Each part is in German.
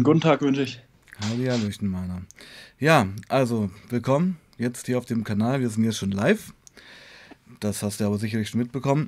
Guten Tag wünsche ich. Hallihallöchen, meiner. Ja, also, willkommen jetzt hier auf dem Kanal. Wir sind jetzt schon live. Das hast du aber sicherlich schon mitbekommen.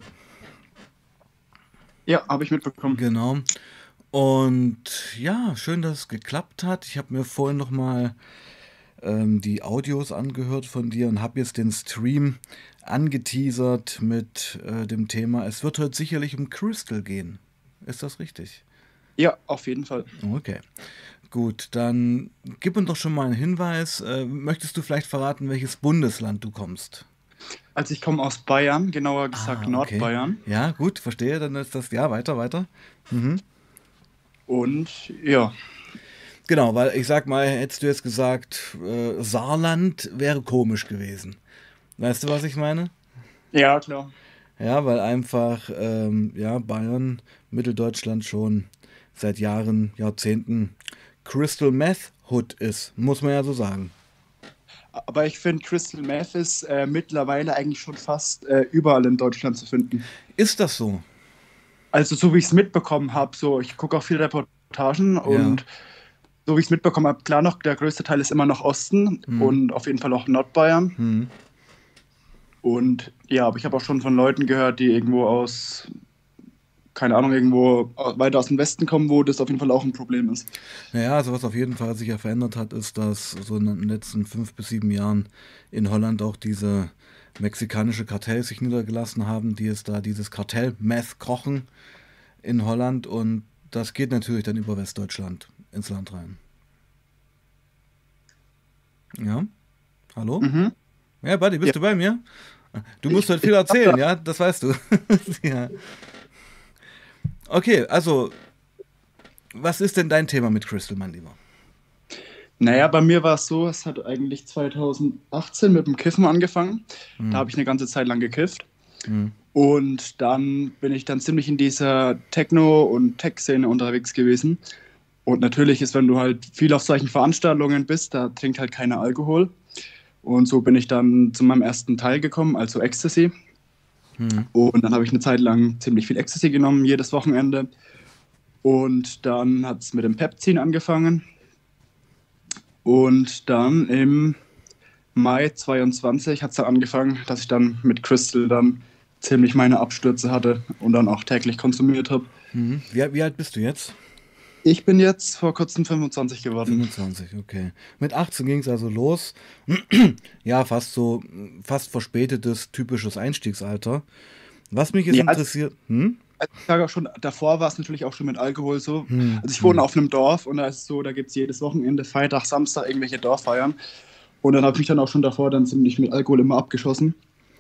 Ja, habe ich mitbekommen. Genau. Und ja, schön, dass es geklappt hat. Ich habe mir vorhin nochmal die Audios angehört von dir und habe jetzt den Stream angeteasert mit dem Thema, es wird heute sicherlich um Crystal gehen. Ist das richtig? Ja, auf jeden Fall. Okay. Gut, dann gib uns doch schon mal einen Hinweis. Möchtest du vielleicht verraten, welches Bundesland du kommst? Also ich komme aus Bayern, genauer gesagt Ah, okay. Nordbayern. Ja, gut, verstehe. Dann ist das, ja, weiter, weiter. Mhm. Und ja, Genau, weil ich sag mal, hättest du jetzt gesagt, Saarland wäre komisch gewesen. Weißt du, was ich meine? ja, klar. Ja, weil einfach, ja, Bayern, Mitteldeutschland schon seit Jahren, Jahrzehnten Crystal Meth Hood ist, muss man ja so sagen. Aber ich finde, Crystal Meth ist mittlerweile eigentlich schon fast überall in Deutschland zu finden. Ist das so? Also so wie ich es mitbekommen habe, so ich gucke auch viele Reportagen Ja. und so wie ich es mitbekommen habe, klar noch, der größte Teil ist immer noch Osten Hm. und auf jeden Fall auch Nordbayern. Hm. Und ja, aber ich habe auch schon von Leuten gehört, die irgendwo aus, keine Ahnung, irgendwo weiter aus dem Westen kommen, wo das auf jeden Fall auch ein Problem ist. Naja, also was auf jeden Fall sich ja verändert hat, ist, dass so in den letzten 5 bis 7 Jahren in Holland auch diese mexikanische Kartells sich niedergelassen haben, die es da dieses Kartell-Meth kochen in Holland und das geht natürlich dann über Westdeutschland ins Land rein. Ja? Hallo? Mhm. Ja, Buddy, Ja, bist du bei mir? Du musst heute ich viel hab da. erzählen, ja? Das weißt du. Ja. Okay, also, was ist denn dein Thema mit Crystal, mein Lieber? Naja, bei mir war es so, es hat eigentlich 2018 mit dem Kiffen angefangen. Da Hm. habe ich eine ganze Zeit lang gekifft. Hm. Und dann bin ich dann ziemlich in dieser Techno- und Tech-Szene unterwegs gewesen. Und natürlich ist, wenn du halt viel auf solchen Veranstaltungen bist, da trinkt halt keiner Alkohol. Und so bin ich dann zu meinem ersten Teil gekommen, also Ecstasy. Hm. Und dann habe ich eine Zeit lang ziemlich viel Ecstasy genommen, jedes Wochenende. Und dann hat es mit dem Pepsin angefangen. Und dann im Mai 22 hat es dann angefangen, dass ich dann mit Crystal dann ziemlich meine Abstürze hatte und dann auch täglich konsumiert habe. Hm. Wie alt bist du jetzt? Ich bin jetzt vor kurzem 25 geworden. 25, okay. Mit 18 ging es also los. Ja, fast so, fast verspätetes, typisches Einstiegsalter. Was mich jetzt Ja, interessiert, hm? also ich sage auch schon, davor war es natürlich auch schon mit Alkohol so. Hm. Also ich wohne Hm. auf einem Dorf und da ist es so, da gibt es jedes Wochenende, Freitag, Samstag irgendwelche Dorffeiern. Und dann habe ich mich dann auch schon davor dann ziemlich mit Alkohol immer abgeschossen.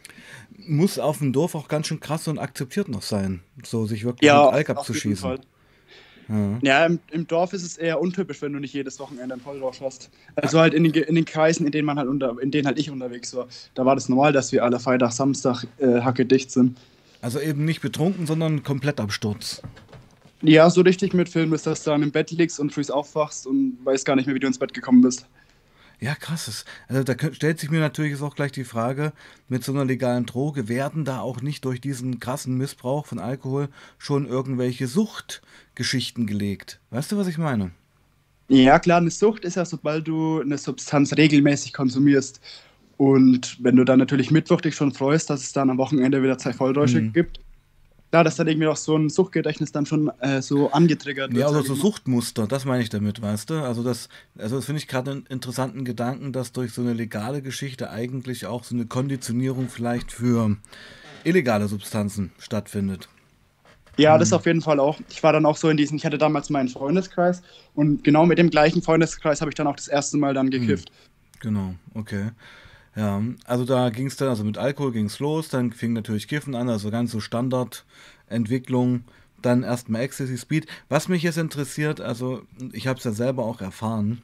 Muss auf dem Dorf auch ganz schön krass und akzeptiert noch sein, so sich wirklich Ja, mit Alk auf jeden abzuschießen. Fall. Ja. Ja, im Dorf ist es eher untypisch, wenn du nicht jedes Wochenende einen Vollrausch hast. Also halt in den Kreisen, in denen man halt in denen halt ich unterwegs war, da war das normal, dass wir alle Freitag, Samstag hacke dicht sind. Also eben nicht betrunken, sondern komplett Absturz. Ja, so richtig mit Film ist, dass du dann im Bett liegst und früh aufwachst und weißt gar nicht mehr, wie du ins Bett gekommen bist. Ja, krass. Also da stellt sich mir natürlich jetzt auch gleich die Frage, mit so einer legalen Droge werden da auch nicht durch diesen krassen Missbrauch von Alkohol schon irgendwelche Suchtgeschichten gelegt? Weißt du, was ich meine? Ja, klar, eine Sucht ist ja, sobald du eine Substanz regelmäßig konsumierst. Und wenn du dann natürlich Mittwoch dich schon freust, dass es dann am Wochenende wieder zwei Vollräusche Hm. gibt, klar, dass dann irgendwie auch so ein Suchtgedächtnis dann schon so angetriggert Ja, wird, oder sag so ich mal. Suchtmuster, das meine ich damit, weißt du? Also das finde ich gerade einen interessanten Gedanken, dass durch so eine legale Geschichte eigentlich auch so eine Konditionierung vielleicht für illegale Substanzen stattfindet. Ja, das Hm. auf jeden Fall auch. Ich war dann auch so in diesen, ich hatte damals meinen Freundeskreis und genau mit dem gleichen Freundeskreis habe ich dann auch das erste Mal dann Hm. gekifft. Genau, okay. Ja, also da ging es dann, also mit Alkohol ging es los, dann fing natürlich Kiffen an, also ganz so Standardentwicklung, dann erstmal Ecstasy Speed. Was mich jetzt interessiert, also ich habe es ja selber auch erfahren,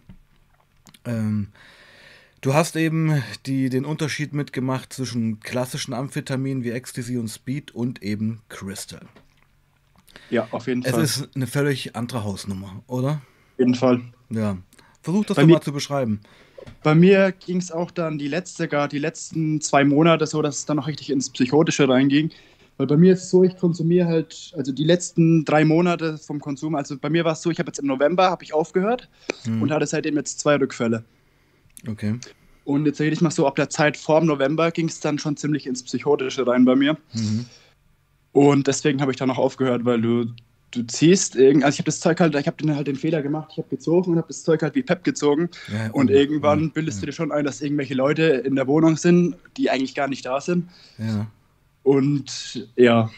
ähm, du hast eben den Unterschied mitgemacht zwischen klassischen Amphetaminen wie Ecstasy und Speed und eben Crystal. Ja, auf jeden Es Fall. ist eine völlig andere Hausnummer, oder? Auf jeden Fall. Ja. Versuch das Bei doch mir, mal zu beschreiben. bei mir ging es auch dann gar die letzten 2 Monate so, dass es dann noch richtig ins Psychotische reinging. Weil bei mir ist es so, ich konsumiere halt, also die letzten 3 Monate vom Konsum, also bei mir war es so, ich habe jetzt im November, habe ich aufgehört und Hm. hatte seitdem jetzt 2 Rückfälle. Okay. Und jetzt rede ich mal so, ab der Zeit vorm November ging es dann schon ziemlich ins Psychotische rein bei mir. Mhm. Und deswegen habe ich dann noch aufgehört, weil du ziehst, also ich habe das Zeug halt, ich habe halt den Fehler gemacht, ich habe gezogen und habe das Zeug halt wie Pep gezogen. Ja, Und ja, irgendwann bildest ja. du dir schon ein, dass irgendwelche Leute in der Wohnung sind, die eigentlich gar nicht da sind. Ja. Und ja,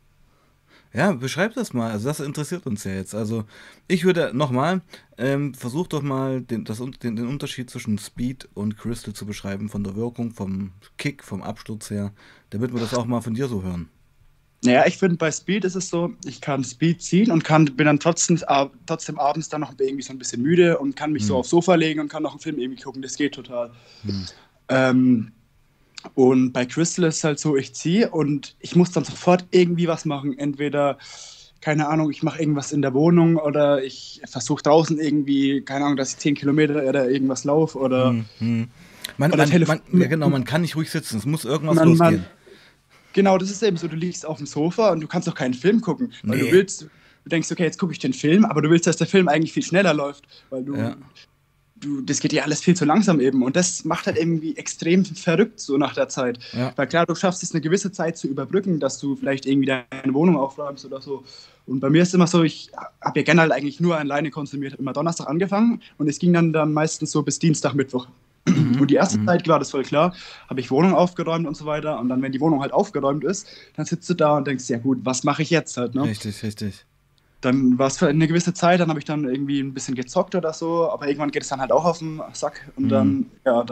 Ja, beschreib das mal. Also das interessiert uns ja jetzt. Also ich würde nochmal, versuch doch mal den Unterschied zwischen Speed und Crystal zu beschreiben, von der Wirkung, vom Kick, vom Absturz her, damit wir das auch mal von dir so hören. naja, ich finde, bei Speed ist es so, ich kann Speed ziehen und bin dann trotzdem abends dann noch irgendwie so ein bisschen müde und kann mich so Hm, aufs Sofa legen und kann noch einen Film irgendwie gucken. Das geht total. hm, Ähm, und bei Crystal ist es halt so, ich ziehe und ich muss dann sofort irgendwie was machen. Entweder, keine Ahnung, ich mache irgendwas in der Wohnung oder ich versuche draußen irgendwie, keine Ahnung, dass ich 10 Kilometer oder irgendwas laufe hm, hm. oder Ja telefoniere. genau, man kann nicht ruhig sitzen, es muss irgendwas Man, losgehen. genau, das ist eben so, du liegst auf dem Sofa und du kannst auch keinen Film gucken, weil Nee. du denkst, okay, jetzt gucke ich den Film, aber du willst, dass der Film eigentlich viel schneller läuft, weil Ja. das geht ja alles viel zu langsam eben. Und das macht halt irgendwie extrem verrückt so nach der Zeit. Ja. Weil klar, du schaffst es eine gewisse Zeit zu überbrücken, dass du vielleicht irgendwie deine Wohnung aufräumst oder so. Und bei mir ist immer so, ich habe ja generell eigentlich nur alleine konsumiert, habe immer Donnerstag angefangen und es ging dann meistens so bis Dienstag, Mittwoch. Mhm. Und die erste Mhm. Zeit war das voll klar, habe ich Wohnung aufgeräumt und so weiter. Und dann, wenn die Wohnung halt aufgeräumt ist, dann sitzt du da und denkst, ja gut, was mache ich jetzt halt, ne? Richtig, richtig. Dann war es für eine gewisse Zeit, dann habe ich dann irgendwie ein bisschen gezockt oder so, aber irgendwann geht es dann halt auch auf den Sack und Hm. dann, ja,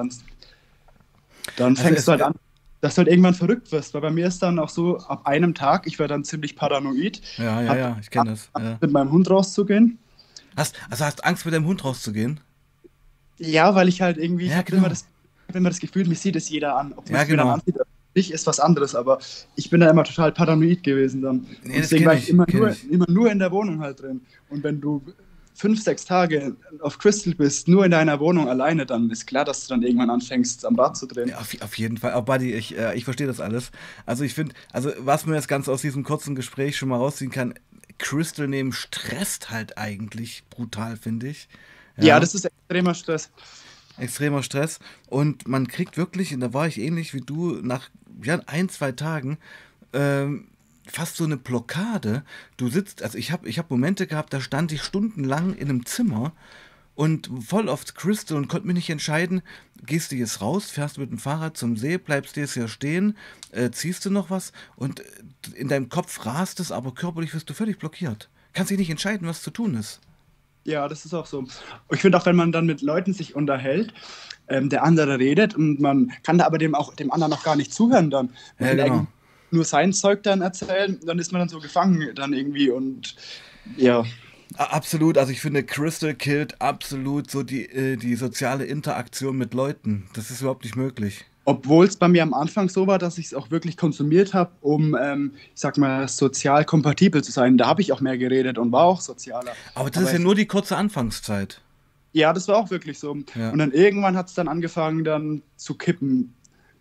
dann Also fängst du halt an, dass du halt irgendwann verrückt wirst, weil bei mir ist dann auch so, ab einem Tag, ich war dann ziemlich paranoid, ja, ja, habe ja, ich kenne das. Ja. mit meinem Hund rauszugehen. Hast Angst mit deinem Hund rauszugehen? Ja, weil ich halt irgendwie, Ja, genau. hab immer das Gefühl, mir sieht es jeder an. Ob man Ja, es mir dann genau. ansieht oder nicht, ist was anderes, aber ich bin da immer total paranoid gewesen dann. Nee, Und das deswegen war kenne ich ich, kenne ich. immer nur in der Wohnung halt drin. Und wenn du 5, 6 Tage auf Crystal bist, nur in deiner Wohnung alleine, dann ist klar, dass du dann irgendwann anfängst, am Rad zu drehen. Ja, auf jeden Fall. Aber Buddy, ich verstehe das alles. Also ich finde, also was man jetzt ganz aus diesem kurzen Gespräch schon mal rausziehen kann, Crystal nehmen stresst halt eigentlich brutal, finde ich. Ja, Ja, das ist extremer Stress. extremer Stress. Und man kriegt wirklich, und da war ich ähnlich wie du, nach ja, 1, 2 Tagen ähm, fast so eine Blockade. Du sitzt, also ich hab Momente gehabt, da stand ich stundenlang in einem Zimmer und voll oft Crystal und konnte mich nicht entscheiden, gehst du jetzt raus, fährst mit dem Fahrrad zum See, bleibst du jetzt hier stehen, ziehst du noch was und in deinem Kopf rast es, aber körperlich wirst du völlig blockiert. Kannst dich nicht entscheiden, was zu tun ist. Ja, das ist auch so. Ich finde auch, wenn man dann mit Leuten sich unterhält, der andere redet und man kann da aber dem anderen noch gar nicht zuhören dann. Man Ja, will genau. eigentlich nur sein Zeug dann erzählen, dann ist man dann so gefangen dann irgendwie und ja. Absolut, also ich finde, Crystal killt absolut so die soziale Interaktion mit Leuten. Das ist überhaupt nicht möglich. Obwohl es bei mir am Anfang so war, dass ich es auch wirklich konsumiert habe, um, ich sag mal, sozial kompatibel zu sein. Da habe ich auch mehr geredet und war auch sozialer. Aber das ist Aber ja nur die kurze Anfangszeit. ja, das war auch wirklich so. Und Ja. dann irgendwann hat es dann angefangen, dann zu kippen.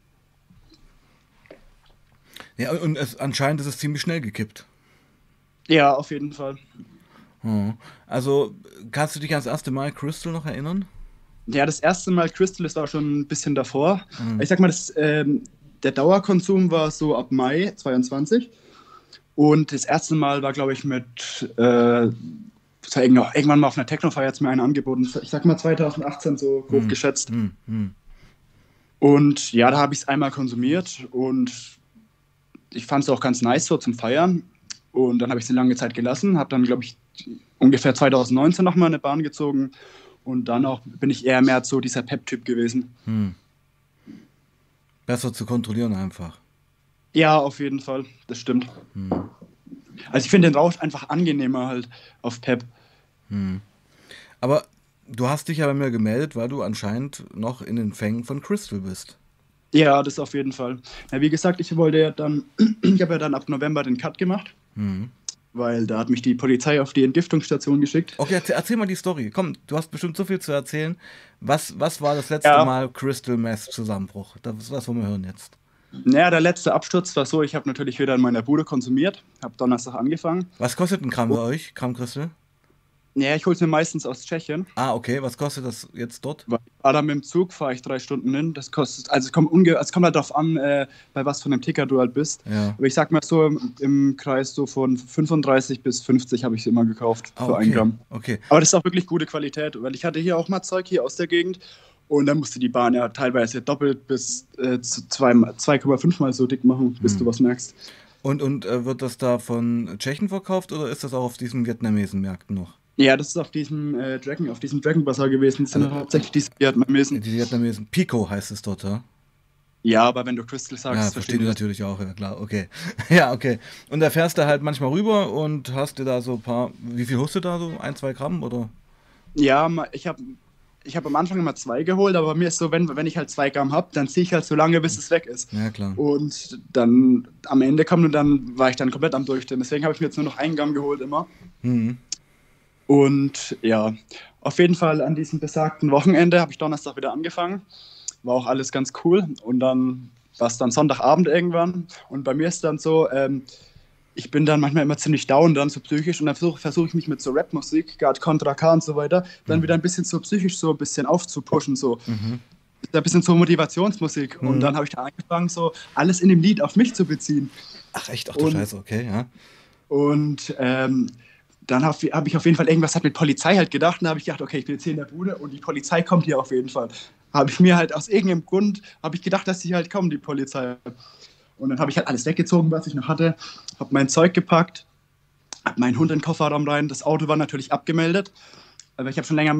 Ja, und anscheinend ist es ziemlich schnell gekippt. Ja, auf jeden Fall. Hm. Also, kannst du dich ans erste Mal Crystal noch erinnern? Ja, das erste Mal Crystal, das war schon ein bisschen davor. Hm. Ich sag mal, der Dauerkonsum war so ab Mai 22. Und das erste Mal war, glaube ich, das war irgendwann mal auf einer Techno-Feier hat es mir einer angeboten. Ich sag mal 2018 so grob Hm. geschätzt. Hm. Hm. Und ja, da habe ich es einmal konsumiert und ich fand es auch ganz nice so zum Feiern. Und dann habe ich es eine lange Zeit gelassen, habe dann, glaube ich, ungefähr 2019 nochmal eine Bahn gezogen. Und dann auch bin ich eher mehr so dieser Pep-Typ gewesen. Hm. Besser zu kontrollieren einfach. Ja, auf jeden Fall, das stimmt. Hm. Also ich finde den Rausch einfach angenehmer halt auf Pep. Hm. Aber du hast dich ja bei mir gemeldet, weil du anscheinend noch in den Fängen von Crystal bist. Ja, das auf jeden Fall. Ja, wie gesagt, ich wollte ja dann, ich habe ja dann ab November den Cut gemacht, Hm. weil da hat mich die Polizei auf die Entgiftungsstation geschickt. Okay, erzähl mal die Story. Komm, du hast bestimmt so viel zu erzählen. Was war das letzte Ja, Mal Crystal Meth Zusammenbruch? Das wollen wir hören jetzt. Naja, der letzte Absturz war so, ich habe natürlich wieder in meiner Bude konsumiert, habe Donnerstag angefangen. Was kostet ein Gramm bei Und, euch, Gramm Crystal? ja, ich hole es mir meistens aus Tschechien. Ah, okay. Was kostet das jetzt dort? Weil ich fahre dann mit dem Zug, fahre ich 3 Stunden hin. Das kostet, also es kommt halt darauf an, bei was für einem Ticker du halt bist. Ja. Aber ich sag mal so, im Kreis so von 35 bis 50 habe ich sie immer gekauft Ah, für 1 Gramm. okay. Aber das ist auch wirklich gute Qualität, weil ich hatte hier auch mal Zeug hier aus der Gegend und dann musste die Bahn ja teilweise doppelt bis zu 2,5 Mal so dick machen, bis du Hm. was merkst. Und wird das da von Tschechen verkauft oder ist das auch auf diesen vietnamesen Märkten noch? Ja, das ist auf diesem Dragon Bazaar gewesen. Das Also sind hauptsächlich diese Vietnamesen. die Vietnamesen, Pico heißt es dort, ja? Ja, aber wenn du Crystal Ja, sagst, verstehen verstehen die die das. natürlich auch, ja klar, okay. Ja, okay. Und da fährst du halt manchmal rüber und hast dir da so ein paar, wie viel hast du da so? 1, 2 Gramm oder? Ja, ich hab am Anfang immer 2 geholt, aber bei mir ist so, wenn ich halt 2 Gramm habe, dann ziehe ich halt so lange, bis es weg ist. Ja, klar. Und dann am Ende kommt und dann war ich dann komplett am Durchdrehen. Deswegen habe ich mir jetzt nur noch 1 Gramm geholt immer. Mhm. Und ja, auf jeden Fall an diesem besagten Wochenende habe ich Donnerstag wieder angefangen. War auch alles ganz cool. Und dann war es dann Sonntagabend irgendwann. Und bei mir ist dann so, ich bin dann manchmal immer ziemlich down, dann so psychisch. Und dann versuch ich mich mit so Rap-Musik, gerade Contra K und so weiter, dann wieder Mhm. ein bisschen so psychisch so ein bisschen aufzupushen. So Mhm. ein bisschen so Motivationsmusik. Und Mhm. dann habe ich da angefangen, so alles in dem Lied auf mich zu beziehen. Ach echt, ach du Und Scheiße, okay, ja. Und dann hab ich auf jeden Fall irgendwas hat mit Polizei halt gedacht. Und da habe ich gedacht, okay, ich bin jetzt hier in der Bude und die Polizei kommt hier auf jeden Fall. Habe ich mir halt aus irgendeinem Grund, habe ich gedacht, dass sie halt kommen, die Polizei. Und dann habe ich halt alles weggezogen, was ich noch hatte, habe mein Zeug gepackt, habe meinen Hund in den Kofferraum rein. Das Auto war natürlich abgemeldet. Aber ich habe schon länger,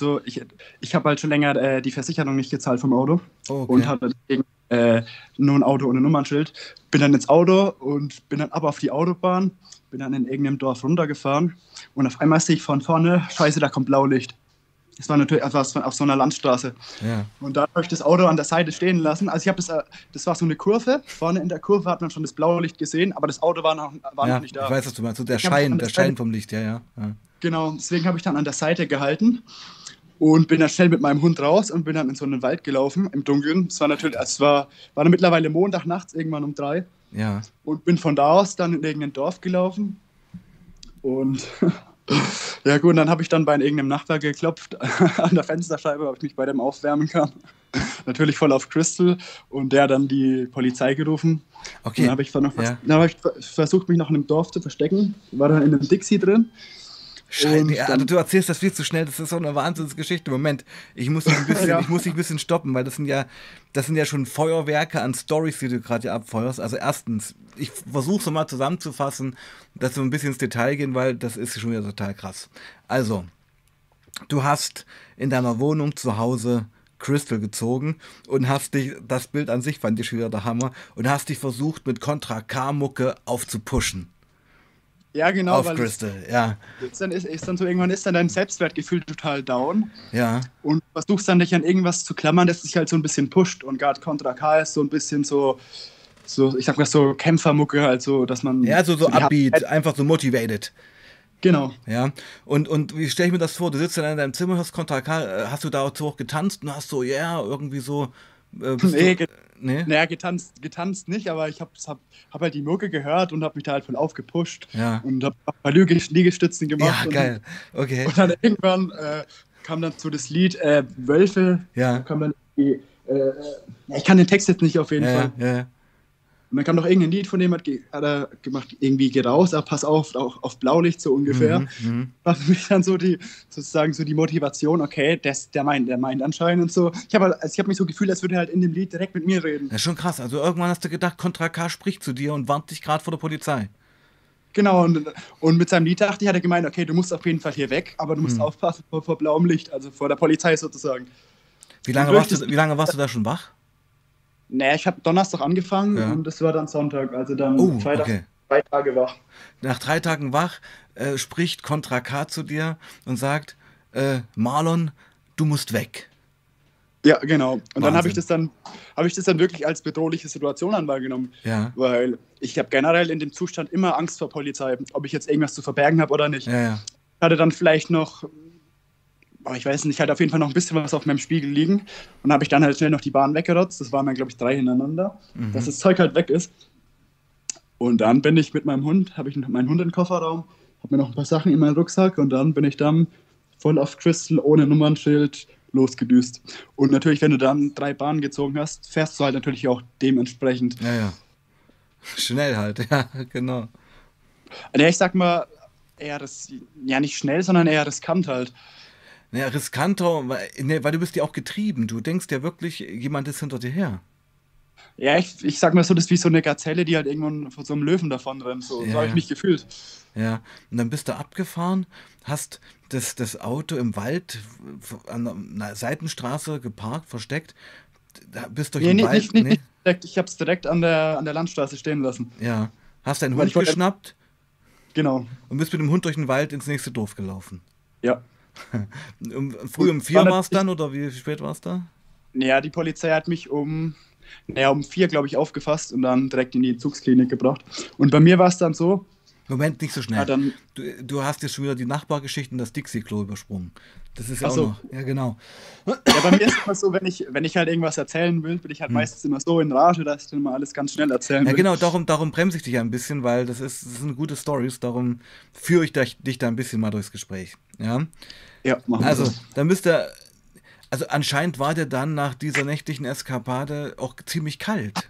ich habe halt schon länger die Versicherung nicht gezahlt vom Auto Oh, und okay. hatte deswegen nur ein Auto ohne Nummernschild. Bin dann ins Auto und bin dann ab auf die Autobahn, bin dann in irgendeinem Dorf runtergefahren und auf einmal sehe ich von vorne, scheiße, da kommt Blaulicht. Das war natürlich auf so einer Landstraße. Ja. Und da habe ich das Auto an der Seite stehen lassen. Also das war so eine Kurve. Vorne in der Kurve hat man schon das Blaulicht gesehen, aber das Auto war noch Ja, nicht ich da. weiß, was du meinst. So Deswegen habe ich an Der der Schein Seite, vom Licht, ja, ja. Ja, genau, deswegen habe ich dann an der Seite gehalten und bin dann schnell mit meinem Hund raus und bin dann in so einen Wald gelaufen im Dunkeln. Es war natürlich, war dann mittlerweile Montag nachts, irgendwann um 3. ja. Und bin von da aus dann in irgendein Dorf gelaufen. Und ja gut, und dann habe ich dann bei irgendeinem Nachbar geklopft an der Fensterscheibe, ob ich mich bei dem aufwärmen kann. Natürlich voll auf Crystal. Und der hat dann die Polizei gerufen. Und dann Okay, habe ich, ja. dann hab ich versucht, mich noch in einem Dorf zu verstecken. War dann in einem Dixie drin. Scheiße, Und ja, also dann, du erzählst das viel zu schnell, das ist so eine Wahnsinnsgeschichte. Moment, ja, ich muss dich ein bisschen stoppen, weil das sind ja schon Feuerwerke an Stories, die du gerade hier abfeuerst. Also erstens, ich versuche so mal zusammenzufassen, dass wir ein bisschen ins Detail gehen, weil das ist schon wieder total krass. Also, du hast in deiner Wohnung zu Hause Crystal gezogen und hast dich, das Bild an sich fand ich schon wieder der Hammer, und hast dich versucht mit Contra K-Mucke aufzupushen. ja, genau, Auf weil Crystal, ja, ist dann so, irgendwann ist dann dein Selbstwertgefühl total down ja. und versuchst dann dich an irgendwas zu klammern, das dich halt so ein bisschen pusht. Und gerade Contra K ist so ein bisschen so, ich sag mal so Kämpfermucke, also dass man Ja, so so die upbeat, Hard einfach so motivated. genau. Ja, und wie stelle ich mir das vor? Du sitzt dann in deinem Zimmer, hörst Contra K, hast du dazu auch getanzt und hast so, ja, yeah, irgendwie so, bist du, Nee, ne? naja, getanzt nicht, aber ich hab halt die Mucke gehört und hab mich da halt voll aufgepusht Ja, und hab ein paar Liegestützen gemacht ja, geil, okay, und dann irgendwann kam dann so das Lied Wölfe, da ja, kam dann ja, ich kann den Text jetzt nicht auf jeden ja, Fall. ja, ja. Und dann kam noch irgendein Lied von dem, hat er gemacht, irgendwie geh raus, aber pass auf, auch auf Blaulicht so ungefähr. Mhm, mhm. War für mich dann sozusagen so die Motivation, okay, der meint anscheinend und so. Ich hab mich so gefühlt, als würde er halt in dem Lied direkt mit mir reden. Das ist schon krass, also irgendwann hast du gedacht, Contra K spricht zu dir und warnt dich gerade vor der Polizei. Genau, und mit seinem Lied dachte ich, hat er gemeint, okay, du musst auf jeden Fall hier weg, aber du musst Hm. aufpassen vor blauem Licht, also vor der Polizei sozusagen. Wie Und lange durch das, wie lange warst du da schon wach? naja, ich habe Donnerstag angefangen Ja. und das war dann Sonntag, also dann Oh, okay. 2 Tage wach. Nach 3 Tagen wach spricht Contra K zu dir und sagt, Marlon, du musst weg. Ja, genau. Und dann Wahnsinn. habe ich das dann wirklich als bedrohliche Situation an wahrgenommen, Ja, weil ich habe generell in dem Zustand immer Angst vor Polizei, ob ich jetzt irgendwas zu verbergen habe oder nicht. ja, ja. Ich hatte dann vielleicht noch ich weiß nicht, halt auf jeden Fall noch ein bisschen was auf meinem Spiegel liegen. Und habe ich dann halt schnell noch die Bahn weggerotzt. Das waren dann, glaube ich, 3 hintereinander, dass das Zeug halt weg ist. Und dann bin ich mit meinem Hund, habe ich meinen Hund im Kofferraum, habe mir noch ein paar Sachen in meinen Rucksack und dann bin ich dann voll auf Crystal ohne Nummernschild losgedüst. Und natürlich, wenn du dann 3 Bahnen gezogen hast, fährst du halt natürlich auch dementsprechend. Ja, ja. Schnell halt, ja, genau. Ja, ich sag mal, ja nicht schnell, sondern eher riskant halt. Naja, riskanter, weil du bist ja auch getrieben. Du denkst ja wirklich, jemand ist hinter dir her. Ja, ich sag mal so, das ist wie so eine Gazelle, die halt irgendwann von so einem Löwen davon rennt. So Ja, habe ich ja. mich gefühlt. Ja, und dann bist du abgefahren, hast das Auto im Wald an einer Seitenstraße geparkt, versteckt, bist durch Nee, den nee, Wald, nicht ne? direkt. Ich habe es direkt an der Landstraße stehen lassen. Ja, hast deinen Weil Hund ich wollte, geschnappt genau, und bist mit dem Hund durch den Wald ins nächste Dorf gelaufen. ja. Früh um War 4 war es natürlich, dann oder wie spät war es da? ja, die Polizei hat mich um 4, glaube ich, aufgefasst und dann direkt in die Entzugsklinik gebracht. Und bei mir war es dann so, Moment, nicht so ja, schnell. dann, Du hast jetzt schon wieder die Nachbargeschichten, das Dixie-Klo übersprungen. Das ist ja auch achso, noch. Ja, genau. ja, bei mir ist es immer so, wenn ich halt irgendwas erzählen will, bin ich halt Hm. meistens immer so in Rage, dass ich dann immer alles ganz schnell erzählen Ja, will. genau, darum bremse ich dich ein bisschen, weil das sind gute Stories, darum führe ich dich da ein bisschen mal durchs Gespräch. Ja. Ja, machen wir so. Also, dann müsste. Also anscheinend war der dann nach dieser nächtlichen Eskapade auch ziemlich kalt.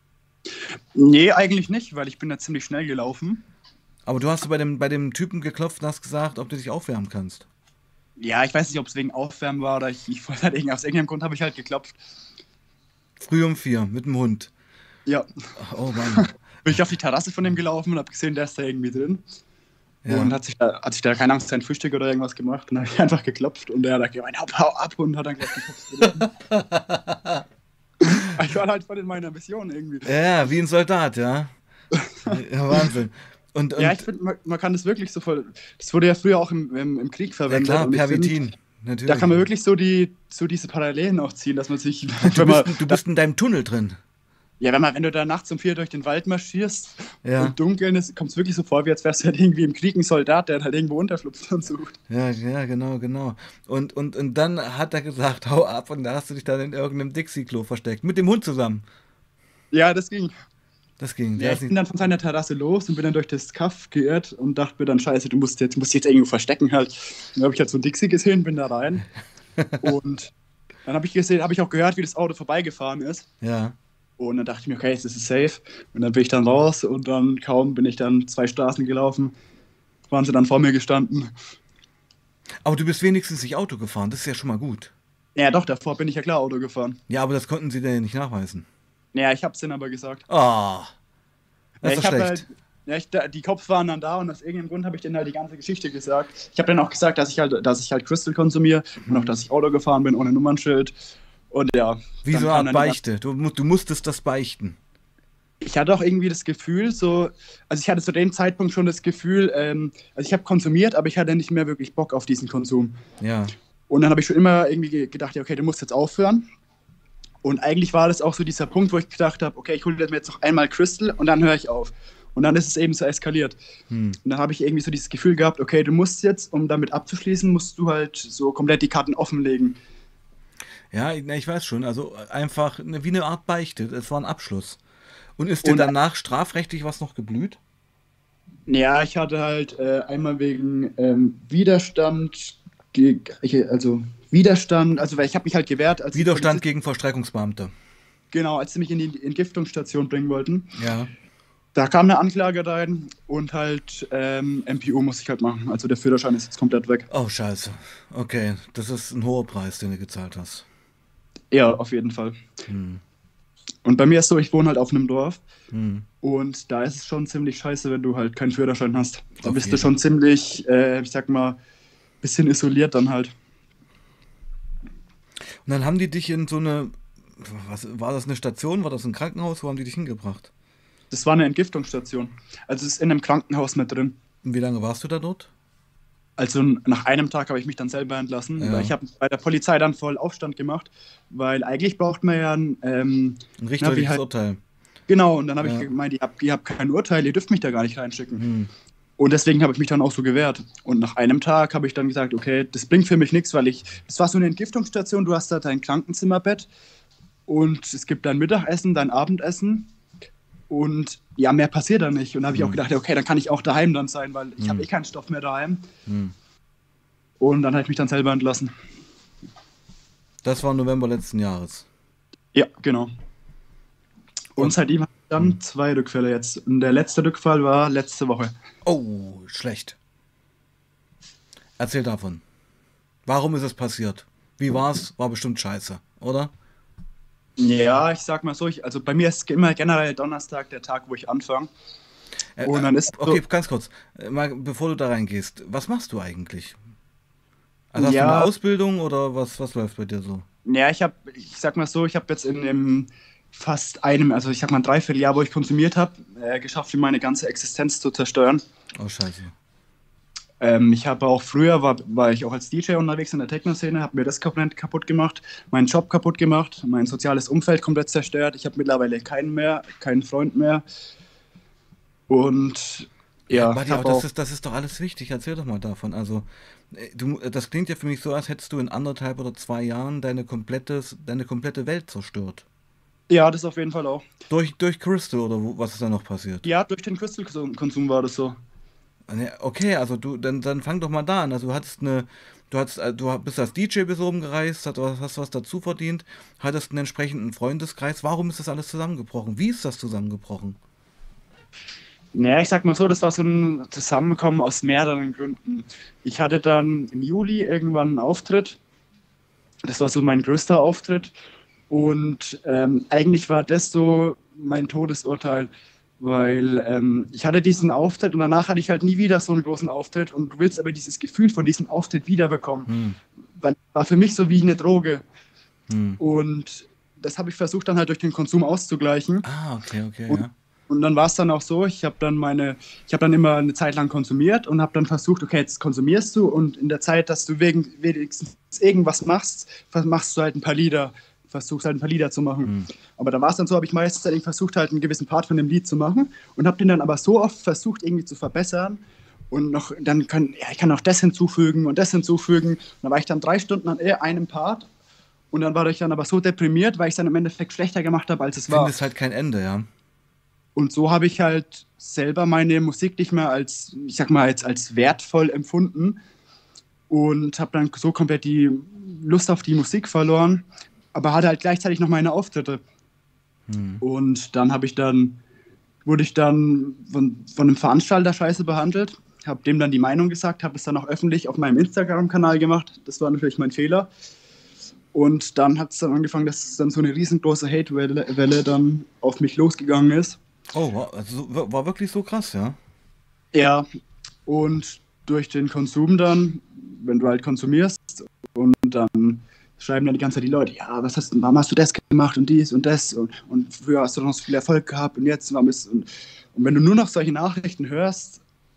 Nee, eigentlich nicht, weil ich bin da ziemlich schnell gelaufen. Aber du hast bei dem Typen geklopft und hast gesagt, ob du dich aufwärmen kannst. Ja, ich weiß nicht, ob es wegen Aufwärmen war oder ich wollte halt aus irgendeinem Grund habe ich halt geklopft. Früh um 4 mit dem Hund. Ja, Oh Mann. bin ich auf die Terrasse von dem gelaufen und habe gesehen, der ist da irgendwie drin. Und Ja. hat sich da keine Angst, sein Frühstück oder irgendwas gemacht. Und dann habe ich einfach geklopft und der hat gemeint, hau ab und hat dann gleich geklopft. Ich war halt voll in meiner Mission irgendwie. Ja, wie ein Soldat, ja. Ja, Wahnsinn. Und, Ja, ich und finde, man kann das wirklich so voll. Das wurde ja früher auch im Krieg ja verwendet. klar, Und ich finde, Pervitin, da natürlich. kann man wirklich so diese Parallelen auch ziehen, dass man sich, Ja, du wenn man, bist, du bist in deinem Tunnel drin. ja, wenn du da nachts um 4 durch den Wald marschierst Ja, und dunkeln ist, kommt es wirklich so vor, wie als wärst du halt irgendwie im Krieg ein Soldat, der halt irgendwo Unterschlupf und sucht. ja, ja, genau, genau. Und dann hat er gesagt, hau ab und da hast du dich dann in irgendeinem Dixie-Klo versteckt. Mit dem Hund zusammen. Ja, das ging. Das ging. Ja, Der ich ist bin nicht. dann von seiner Terrasse los und bin dann durch das Kaff geirrt und dachte mir dann, scheiße, du musst dich jetzt irgendwo verstecken halt. Dann habe ich halt so ein Dixie gesehen, bin da rein und dann habe ich auch gehört, wie das Auto vorbeigefahren ist. Ja. Und dann dachte ich mir, okay, jetzt ist es safe. Und dann bin ich dann raus und dann kaum bin ich dann 2 Straßen gelaufen, waren sie dann vor mir gestanden. Aber du bist wenigstens nicht Auto gefahren, das ist ja schon mal gut. Ja, doch, davor bin ich ja klar Auto gefahren. Ja, aber das konnten sie dir ja nicht nachweisen. Ja, ich hab's denen aber gesagt. Ah, das Ja, ist ich doch habe schlecht. halt, die Cops waren dann da und aus irgendeinem Grund habe ich denen halt die ganze Geschichte gesagt. Ich habe dann auch gesagt, dass ich halt Crystal konsumiere und auch, dass ich Auto gefahren bin ohne Nummernschild. Und ja, Wie dann so eine kam Art dann die ganze, Beichte. Du musstest das beichten. ich hatte auch irgendwie das Gefühl, also ich hatte zu dem Zeitpunkt schon das Gefühl, also ich habe konsumiert, aber ich hatte nicht mehr wirklich Bock auf diesen Konsum. Ja. Und dann habe ich schon immer irgendwie gedacht, ja, okay, du musst jetzt aufhören. Und eigentlich war das auch so dieser Punkt, wo ich gedacht habe, okay, ich hole mir jetzt noch einmal Crystal und dann höre ich auf. Und dann ist es eben so eskaliert. Hm. Und dann habe ich irgendwie so dieses Gefühl gehabt, okay, du musst jetzt, um damit abzuschließen, musst du halt so komplett die Karten offenlegen. Ja, ich weiß schon. Also einfach wie eine Art Beichte. Es war ein Abschluss. Und ist dir Und danach strafrechtlich was noch geblüht? ja, ich hatte halt einmal wegen Widerstand, also Widerstand, also weil ich habe mich halt gewehrt, als die Widerstand Polizisten, gegen Vollstreckungsbeamte. genau, als sie mich in die Entgiftungsstation bringen wollten. Ja. Da kam eine Anklage rein und halt MPU muss ich halt machen. Also der Führerschein ist jetzt komplett weg. Oh, scheiße. Okay, das ist ein hoher Preis, den du gezahlt hast. Ja, auf jeden Fall. Hm. Und bei mir ist so, ich wohne halt auf einem Dorf Hm. und da ist es schon ziemlich scheiße, wenn du halt keinen Führerschein hast. Da Auf bist du jeden. schon ziemlich, ich sag mal, bisschen isoliert dann halt. Und dann haben die dich in so eine. Was, war das eine Station? War das ein Krankenhaus? Wo haben die dich hingebracht? Das war eine Entgiftungsstation. Also es ist in einem Krankenhaus mit drin. Und wie lange warst du da dort? Also nach einem Tag habe ich mich dann selber entlassen, weil Ja. ich habe bei der Polizei dann voll Aufstand gemacht, weil eigentlich braucht man ja ein, Ein na, wie richterliches halt, Urteil. genau, und dann habe ich Ja. gemeint, ihr habt kein Urteil, ihr dürft mich da gar nicht reinschicken. Hm. Und deswegen habe ich mich dann auch so gewehrt. Und nach einem Tag habe ich dann gesagt, okay, das bringt für mich nichts, weil es war so eine Entgiftungsstation, du hast da dein Krankenzimmerbett und es gibt dein Mittagessen, dein Abendessen und ja, mehr passiert da nicht. Und da habe ich auch gedacht, okay, dann kann ich auch daheim dann sein, weil ich habe eh keinen Stoff mehr daheim. Und dann habe ich mich dann selber entlassen. Das war November letzten Jahres. Ja, genau. Und seitdem habe ich dann 2 Rückfälle jetzt. Und der letzte Rückfall war letzte Woche. Oh, schlecht. Erzähl davon. Warum ist es passiert? Wie war's? War bestimmt scheiße, oder? Ja, ich sag mal so, also bei mir ist immer generell Donnerstag der Tag, wo ich anfange. Und dann ist Okay, so, ganz kurz. Mal, bevor du da reingehst, was machst du eigentlich? Also hast du eine ja, Ausbildung oder was läuft bei dir so? ja, ich sag mal so, ich habe jetzt in dem fast einem, also ich sag mal ein Dreivierteljahr, wo ich konsumiert habe, geschafft, meine ganze Existenz zu zerstören. Oh, scheiße. Ich habe auch früher, war ich auch als DJ unterwegs in der Techno-Szene, habe mir das komplett kaputt gemacht, meinen Job kaputt gemacht, mein soziales Umfeld komplett zerstört. Ich habe mittlerweile keinen mehr, keinen Freund mehr. Und Ja, ja, ich Buddy, aber habe auch, das ist doch alles wichtig. Erzähl doch mal davon. Also, das klingt ja für mich so, als hättest du in 1,5 oder 2 Jahren deine komplette Welt zerstört. ja, das auf jeden Fall auch. Durch Crystal oder was ist da noch passiert? Ja, durch den Crystal-Konsum war das so. Okay, also dann fang doch mal da an. Also du bist als DJ bis oben gereist, hast was dazu verdient, hattest einen entsprechenden Freundeskreis. Warum ist das alles zusammengebrochen? Wie ist das zusammengebrochen? Naja, ich sag mal so, das war so ein Zusammenkommen aus mehreren Gründen. Ich hatte dann im Juli irgendwann einen Auftritt. Das war so mein größter Auftritt. Und eigentlich war das so mein Todesurteil, weil ich hatte diesen Auftritt und danach hatte ich halt nie wieder so einen großen Auftritt. Und du willst aber dieses Gefühl von diesem Auftritt wiederbekommen. Hm, Weil war für mich so wie eine Droge. hm. Und das habe ich versucht dann halt durch den Konsum auszugleichen. Ah, okay, Und, ja. und dann war es dann auch so, ich habe dann immer eine Zeit lang konsumiert und habe dann versucht, okay, jetzt konsumierst du und in der Zeit, dass du wenigstens irgendwas machst, machst du halt ein paar Lieder, versuchst halt ein paar Lieder zu machen. Hm. Aber da war es dann so, habe ich meistens dann versucht, halt einen gewissen Part von dem Lied zu machen und habe den dann aber so oft versucht, irgendwie zu verbessern. Und noch, ich kann noch das hinzufügen und das hinzufügen. Und da war ich dann 3 Stunden an einem Part und dann war ich dann aber so deprimiert, weil ich es dann im Endeffekt schlechter gemacht habe, als es war. Findest halt kein Ende, ja. Und so habe ich halt selber meine Musik nicht mehr als, ich sag mal, jetzt als wertvoll empfunden und habe dann so komplett die Lust auf die Musik verloren, aber hatte halt gleichzeitig noch meine Auftritte. Hm. Und dann wurde ich dann von einem Veranstalter scheiße behandelt, habe dem dann die Meinung gesagt, habe es dann auch öffentlich auf meinem Instagram-Kanal gemacht. Das war natürlich mein Fehler. Und dann hat es dann angefangen, dass dann so eine riesengroße Hate-Welle dann auf mich losgegangen ist. Oh, war wirklich so krass, ja. Ja, und durch den Konsum dann, wenn du halt konsumierst und dann schreiben dann die ganze Zeit die Leute, ja, warum hast du das gemacht und dies und das und früher hast du noch so viel Erfolg gehabt und jetzt und wenn du nur noch solche Nachrichten hörst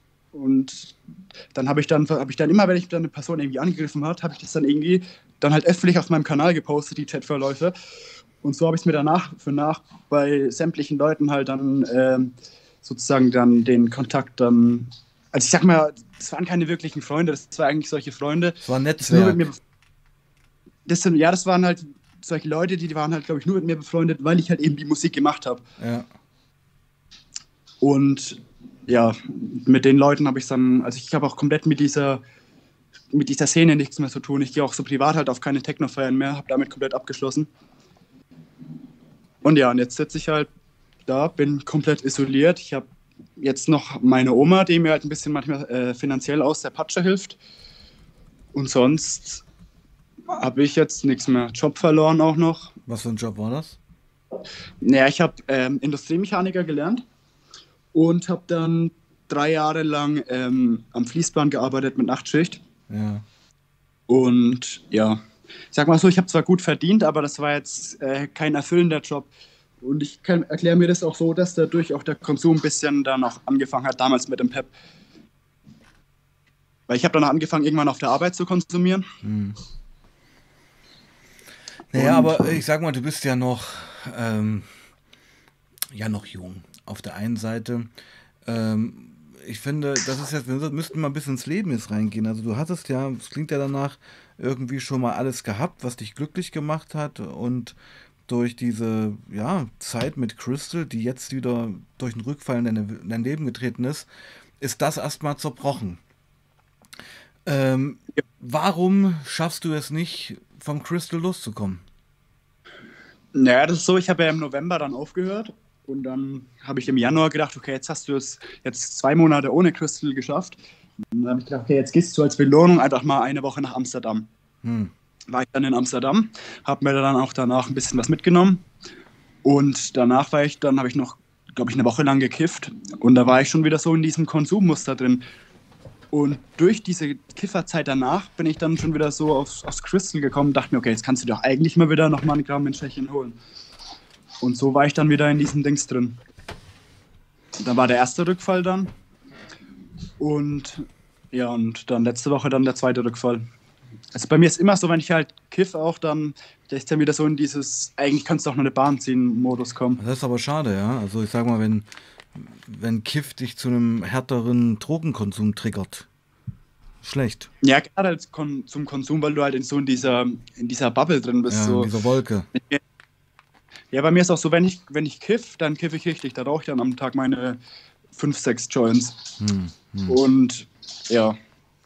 und dann habe ich dann immer, wenn ich dann eine Person irgendwie angegriffen hat, habe ich das dann irgendwie dann halt öffentlich auf meinem Kanal gepostet, die Chatverläufe. Und so habe ich es mir danach für nach bei sämtlichen Leuten halt dann sozusagen dann den Kontakt dann. Also ich sag mal, das waren keine wirklichen Freunde, das waren eigentlich solche Freunde. Es war ein Die sind nur mit Netzwerk. mir, das waren halt solche Leute, die waren halt, glaube ich, nur mit mir befreundet, weil ich halt eben die Musik gemacht habe. Ja. Und ja, mit den Leuten habe ich dann, also ich habe auch komplett mit dieser Szene nichts mehr zu tun. Ich gehe auch so privat halt auf keine Techno-Feiern mehr, habe damit komplett abgeschlossen. Und ja, und jetzt sitze ich halt da, bin komplett isoliert. Ich habe jetzt noch meine Oma, die mir halt ein bisschen manchmal finanziell aus der Patsche hilft. Und sonst habe ich jetzt nichts mehr. Job verloren auch noch. Was für ein Job war das? Naja, ich habe Industriemechaniker gelernt und habe dann 3 Jahre lang am Fließband gearbeitet mit Nachtschicht. Ja. Und ja, ich sag mal so, ich habe zwar gut verdient, aber das war jetzt kein erfüllender Job. Und ich erkläre mir das auch so, dass dadurch auch der Konsum ein bisschen dann auch angefangen hat, damals mit dem PEP. Weil ich habe dann angefangen, irgendwann auf der Arbeit zu konsumieren. Hm. Naja, aber ich sag mal, du bist ja noch jung. Auf der einen Seite, ich finde, das ist jetzt, wir müssten mal ein bisschen ins Leben jetzt reingehen. Also du hattest ja, es klingt ja danach, irgendwie schon mal alles gehabt, was dich glücklich gemacht hat und durch diese, ja, Zeit mit Crystal, die jetzt wieder durch einen Rückfall in dein Leben getreten ist das erstmal zerbrochen. Warum schaffst du es nicht, vom Crystal loszukommen? Naja, das ist so, ich habe ja im November dann aufgehört und dann habe ich im Januar gedacht, okay, jetzt hast du es jetzt 2 Monate ohne Crystal geschafft. Und dann habe ich gedacht, okay, jetzt gehst du als Belohnung einfach mal eine Woche nach Amsterdam. Hm. War ich dann in Amsterdam, habe mir dann auch danach ein bisschen was mitgenommen und danach habe ich noch, glaube ich, eine Woche lang gekifft und da war ich schon wieder so in diesem Konsummuster drin. Und durch diese Kifferzeit danach bin ich dann schon wieder so aufs Crystal gekommen und dachte mir, okay, jetzt kannst du doch eigentlich mal wieder nochmal einen Gramm in Tschechien holen. Und so war ich dann wieder in diesem Dings drin. Da war der erste Rückfall dann und ja, und dann letzte Woche dann der zweite Rückfall. Also bei mir ist immer so, wenn ich halt kiff auch, dann da ist dann wieder so in dieses, eigentlich kannst du auch noch eine Bahn ziehen Modus kommen. Das ist aber schade, ja. Also ich sag mal, wenn Kiff dich zu einem härteren Drogenkonsum triggert. Schlecht. Ja, gerade als zum Konsum, weil du halt in dieser Bubble drin bist. Ja, in So. dieser Wolke. Ja, bei mir ist auch so, wenn ich kiff, dann kiff ich richtig. Da rauche ich dann am Tag meine 5, 6 Joints. Und ja.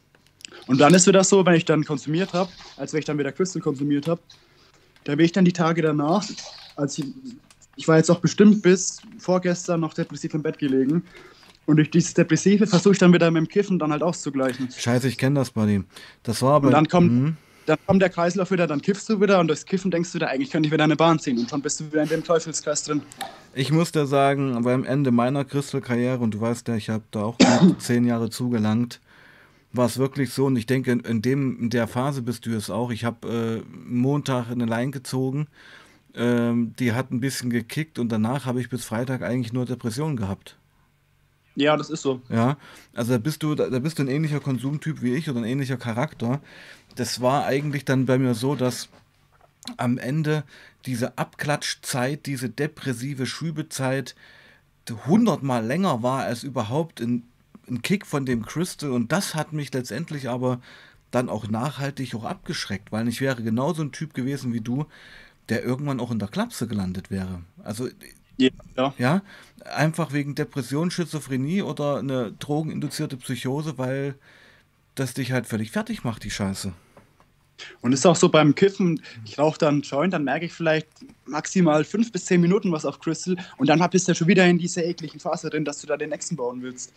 Und dann ist wieder so, wenn ich dann konsumiert habe, als wenn ich dann wieder Crystal konsumiert habe, da bin ich dann die Tage danach, als ich war jetzt auch bestimmt bis vorgestern noch depressiv im Bett gelegen. Und durch dieses Depressive versuche ich dann wieder mit dem Kiffen dann halt auszugleichen. Scheiße, ich kenne das, Buddy. Das war aber. Und dann kommt der Kreislauf wieder, dann kiffst du wieder und durchs Kiffen denkst du wieder, eigentlich könnte ich wieder eine Bahn ziehen und schon bist du wieder in dem Teufelskreis drin. Ich muss dir sagen, beim Ende meiner Crystal-Karriere, und du weißt ja, ich habe da auch gut 10 Jahre zugelangt, war es wirklich so, und ich denke, in der Phase bist du es auch. Ich habe Montag eine Line gezogen, die hat ein bisschen gekickt und danach habe ich bis Freitag eigentlich nur Depressionen gehabt. Ja, das ist so. Ja, also da bist du ein ähnlicher Konsumtyp wie ich oder ein ähnlicher Charakter. Das war eigentlich dann bei mir so, dass am Ende diese Abklatschzeit, diese depressive Schübezeit 100-mal länger war als überhaupt ein Kick von dem Crystal, und das hat mich letztendlich aber dann auch nachhaltig auch abgeschreckt, weil ich wäre genauso ein Typ gewesen wie du, der irgendwann auch in der Klapse gelandet wäre. Also Ja, ja. ja, einfach wegen Depression, Schizophrenie oder eine drogeninduzierte Psychose, weil das dich halt völlig fertig macht, die Scheiße. Und es ist auch so beim Kiffen, ich rauche dann einen Joint, dann merke ich vielleicht maximal 5 bis 10 Minuten was auf Crystal und dann bist du ja schon wieder in dieser ekligen Phase drin, dass du da den nächsten bauen willst.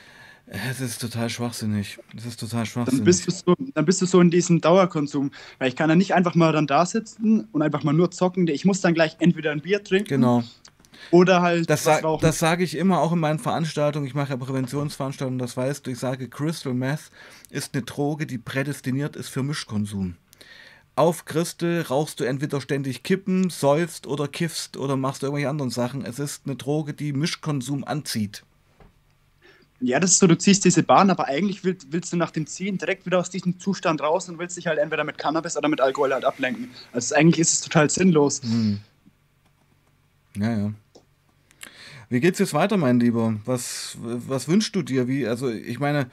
Es ist total schwachsinnig. Es ist total Dann schwachsinnig. bist du so in diesem Dauerkonsum. Weil ich kann ja nicht einfach mal dann da sitzen und einfach mal nur zocken. Ich muss dann gleich entweder ein Bier trinken Genau. oder halt Das, was sa rauchen. das sage ich immer auch in meinen Veranstaltungen. Ich mache ja Präventionsveranstaltungen, das weißt du. Ich sage, Crystal Meth ist eine Droge, die prädestiniert ist für Mischkonsum. Auf Crystal rauchst du entweder ständig Kippen, säufst oder kiffst oder machst irgendwelche anderen Sachen. Es ist eine Droge, die Mischkonsum anzieht. Ja, das ist so, du ziehst diese Bahn, aber eigentlich willst du nach dem Ziehen direkt wieder aus diesem Zustand raus und willst dich halt entweder mit Cannabis oder mit Alkohol halt ablenken. Also eigentlich ist es total sinnlos. Ja, ja. Wie geht's jetzt weiter, mein Lieber? Was wünschst du dir? Also ich meine,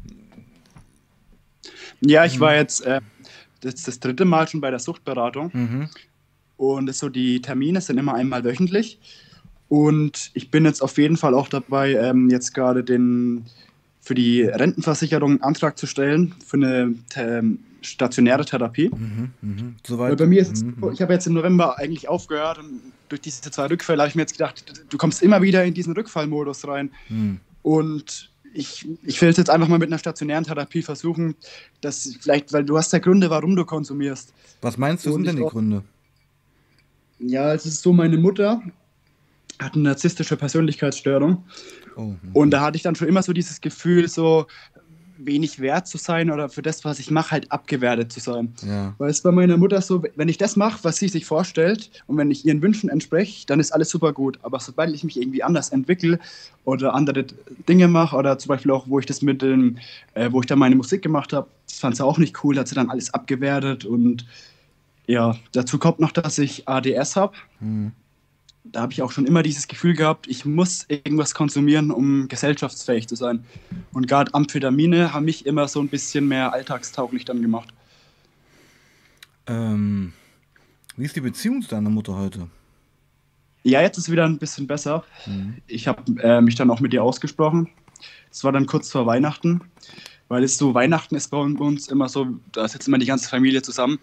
Ja, ich war jetzt das 3. Mal schon bei der Suchtberatung mhm, und die Termine sind immer einmal wöchentlich. Und ich bin jetzt auf jeden Fall auch dabei, jetzt gerade für die Rentenversicherung einen Antrag zu stellen für eine stationäre Therapie. Weil soweit. bei mir ist es so, ich habe jetzt im November eigentlich aufgehört und durch diese 2 Rückfälle habe ich mir jetzt gedacht, du kommst immer wieder in diesen Rückfallmodus rein. Und ich will es jetzt einfach mal mit einer stationären Therapie versuchen, dass vielleicht, weil du hast ja Gründe, warum du konsumierst. Was meinst du, sind Und denn die Gründe? ja, es ist so, meine Mutter hat eine narzisstische Persönlichkeitsstörung. Oh, Und da hatte ich dann schon immer so dieses Gefühl, so wenig wert zu sein oder für das, was ich mache, halt abgewertet zu sein. ja. Weil es bei meiner Mutter so, wenn ich das mache, was sie sich vorstellt und wenn ich ihren Wünschen entspreche, dann ist alles super gut. Aber sobald ich mich irgendwie anders entwickle oder andere Dinge mache oder zum Beispiel auch, wo ich wo ich dann meine Musik gemacht habe, das fand sie auch nicht cool, da hat sie dann alles abgewertet und ja, dazu kommt noch, dass ich ADS habe. da habe ich auch schon immer dieses Gefühl gehabt, ich muss irgendwas konsumieren, um gesellschaftsfähig zu sein. Und gerade Amphetamine haben mich immer so ein bisschen mehr alltagstauglich dann gemacht. Ähm, Wie ist die Beziehung zu deiner Mutter heute? Ja, jetzt ist wieder ein bisschen besser. Hm. Ich habe mich dann auch mit ihr ausgesprochen. Es war dann kurz vor Weihnachten, weil es so, Weihnachten ist bei uns immer so, da sitzt immer die ganze Familie zusammen.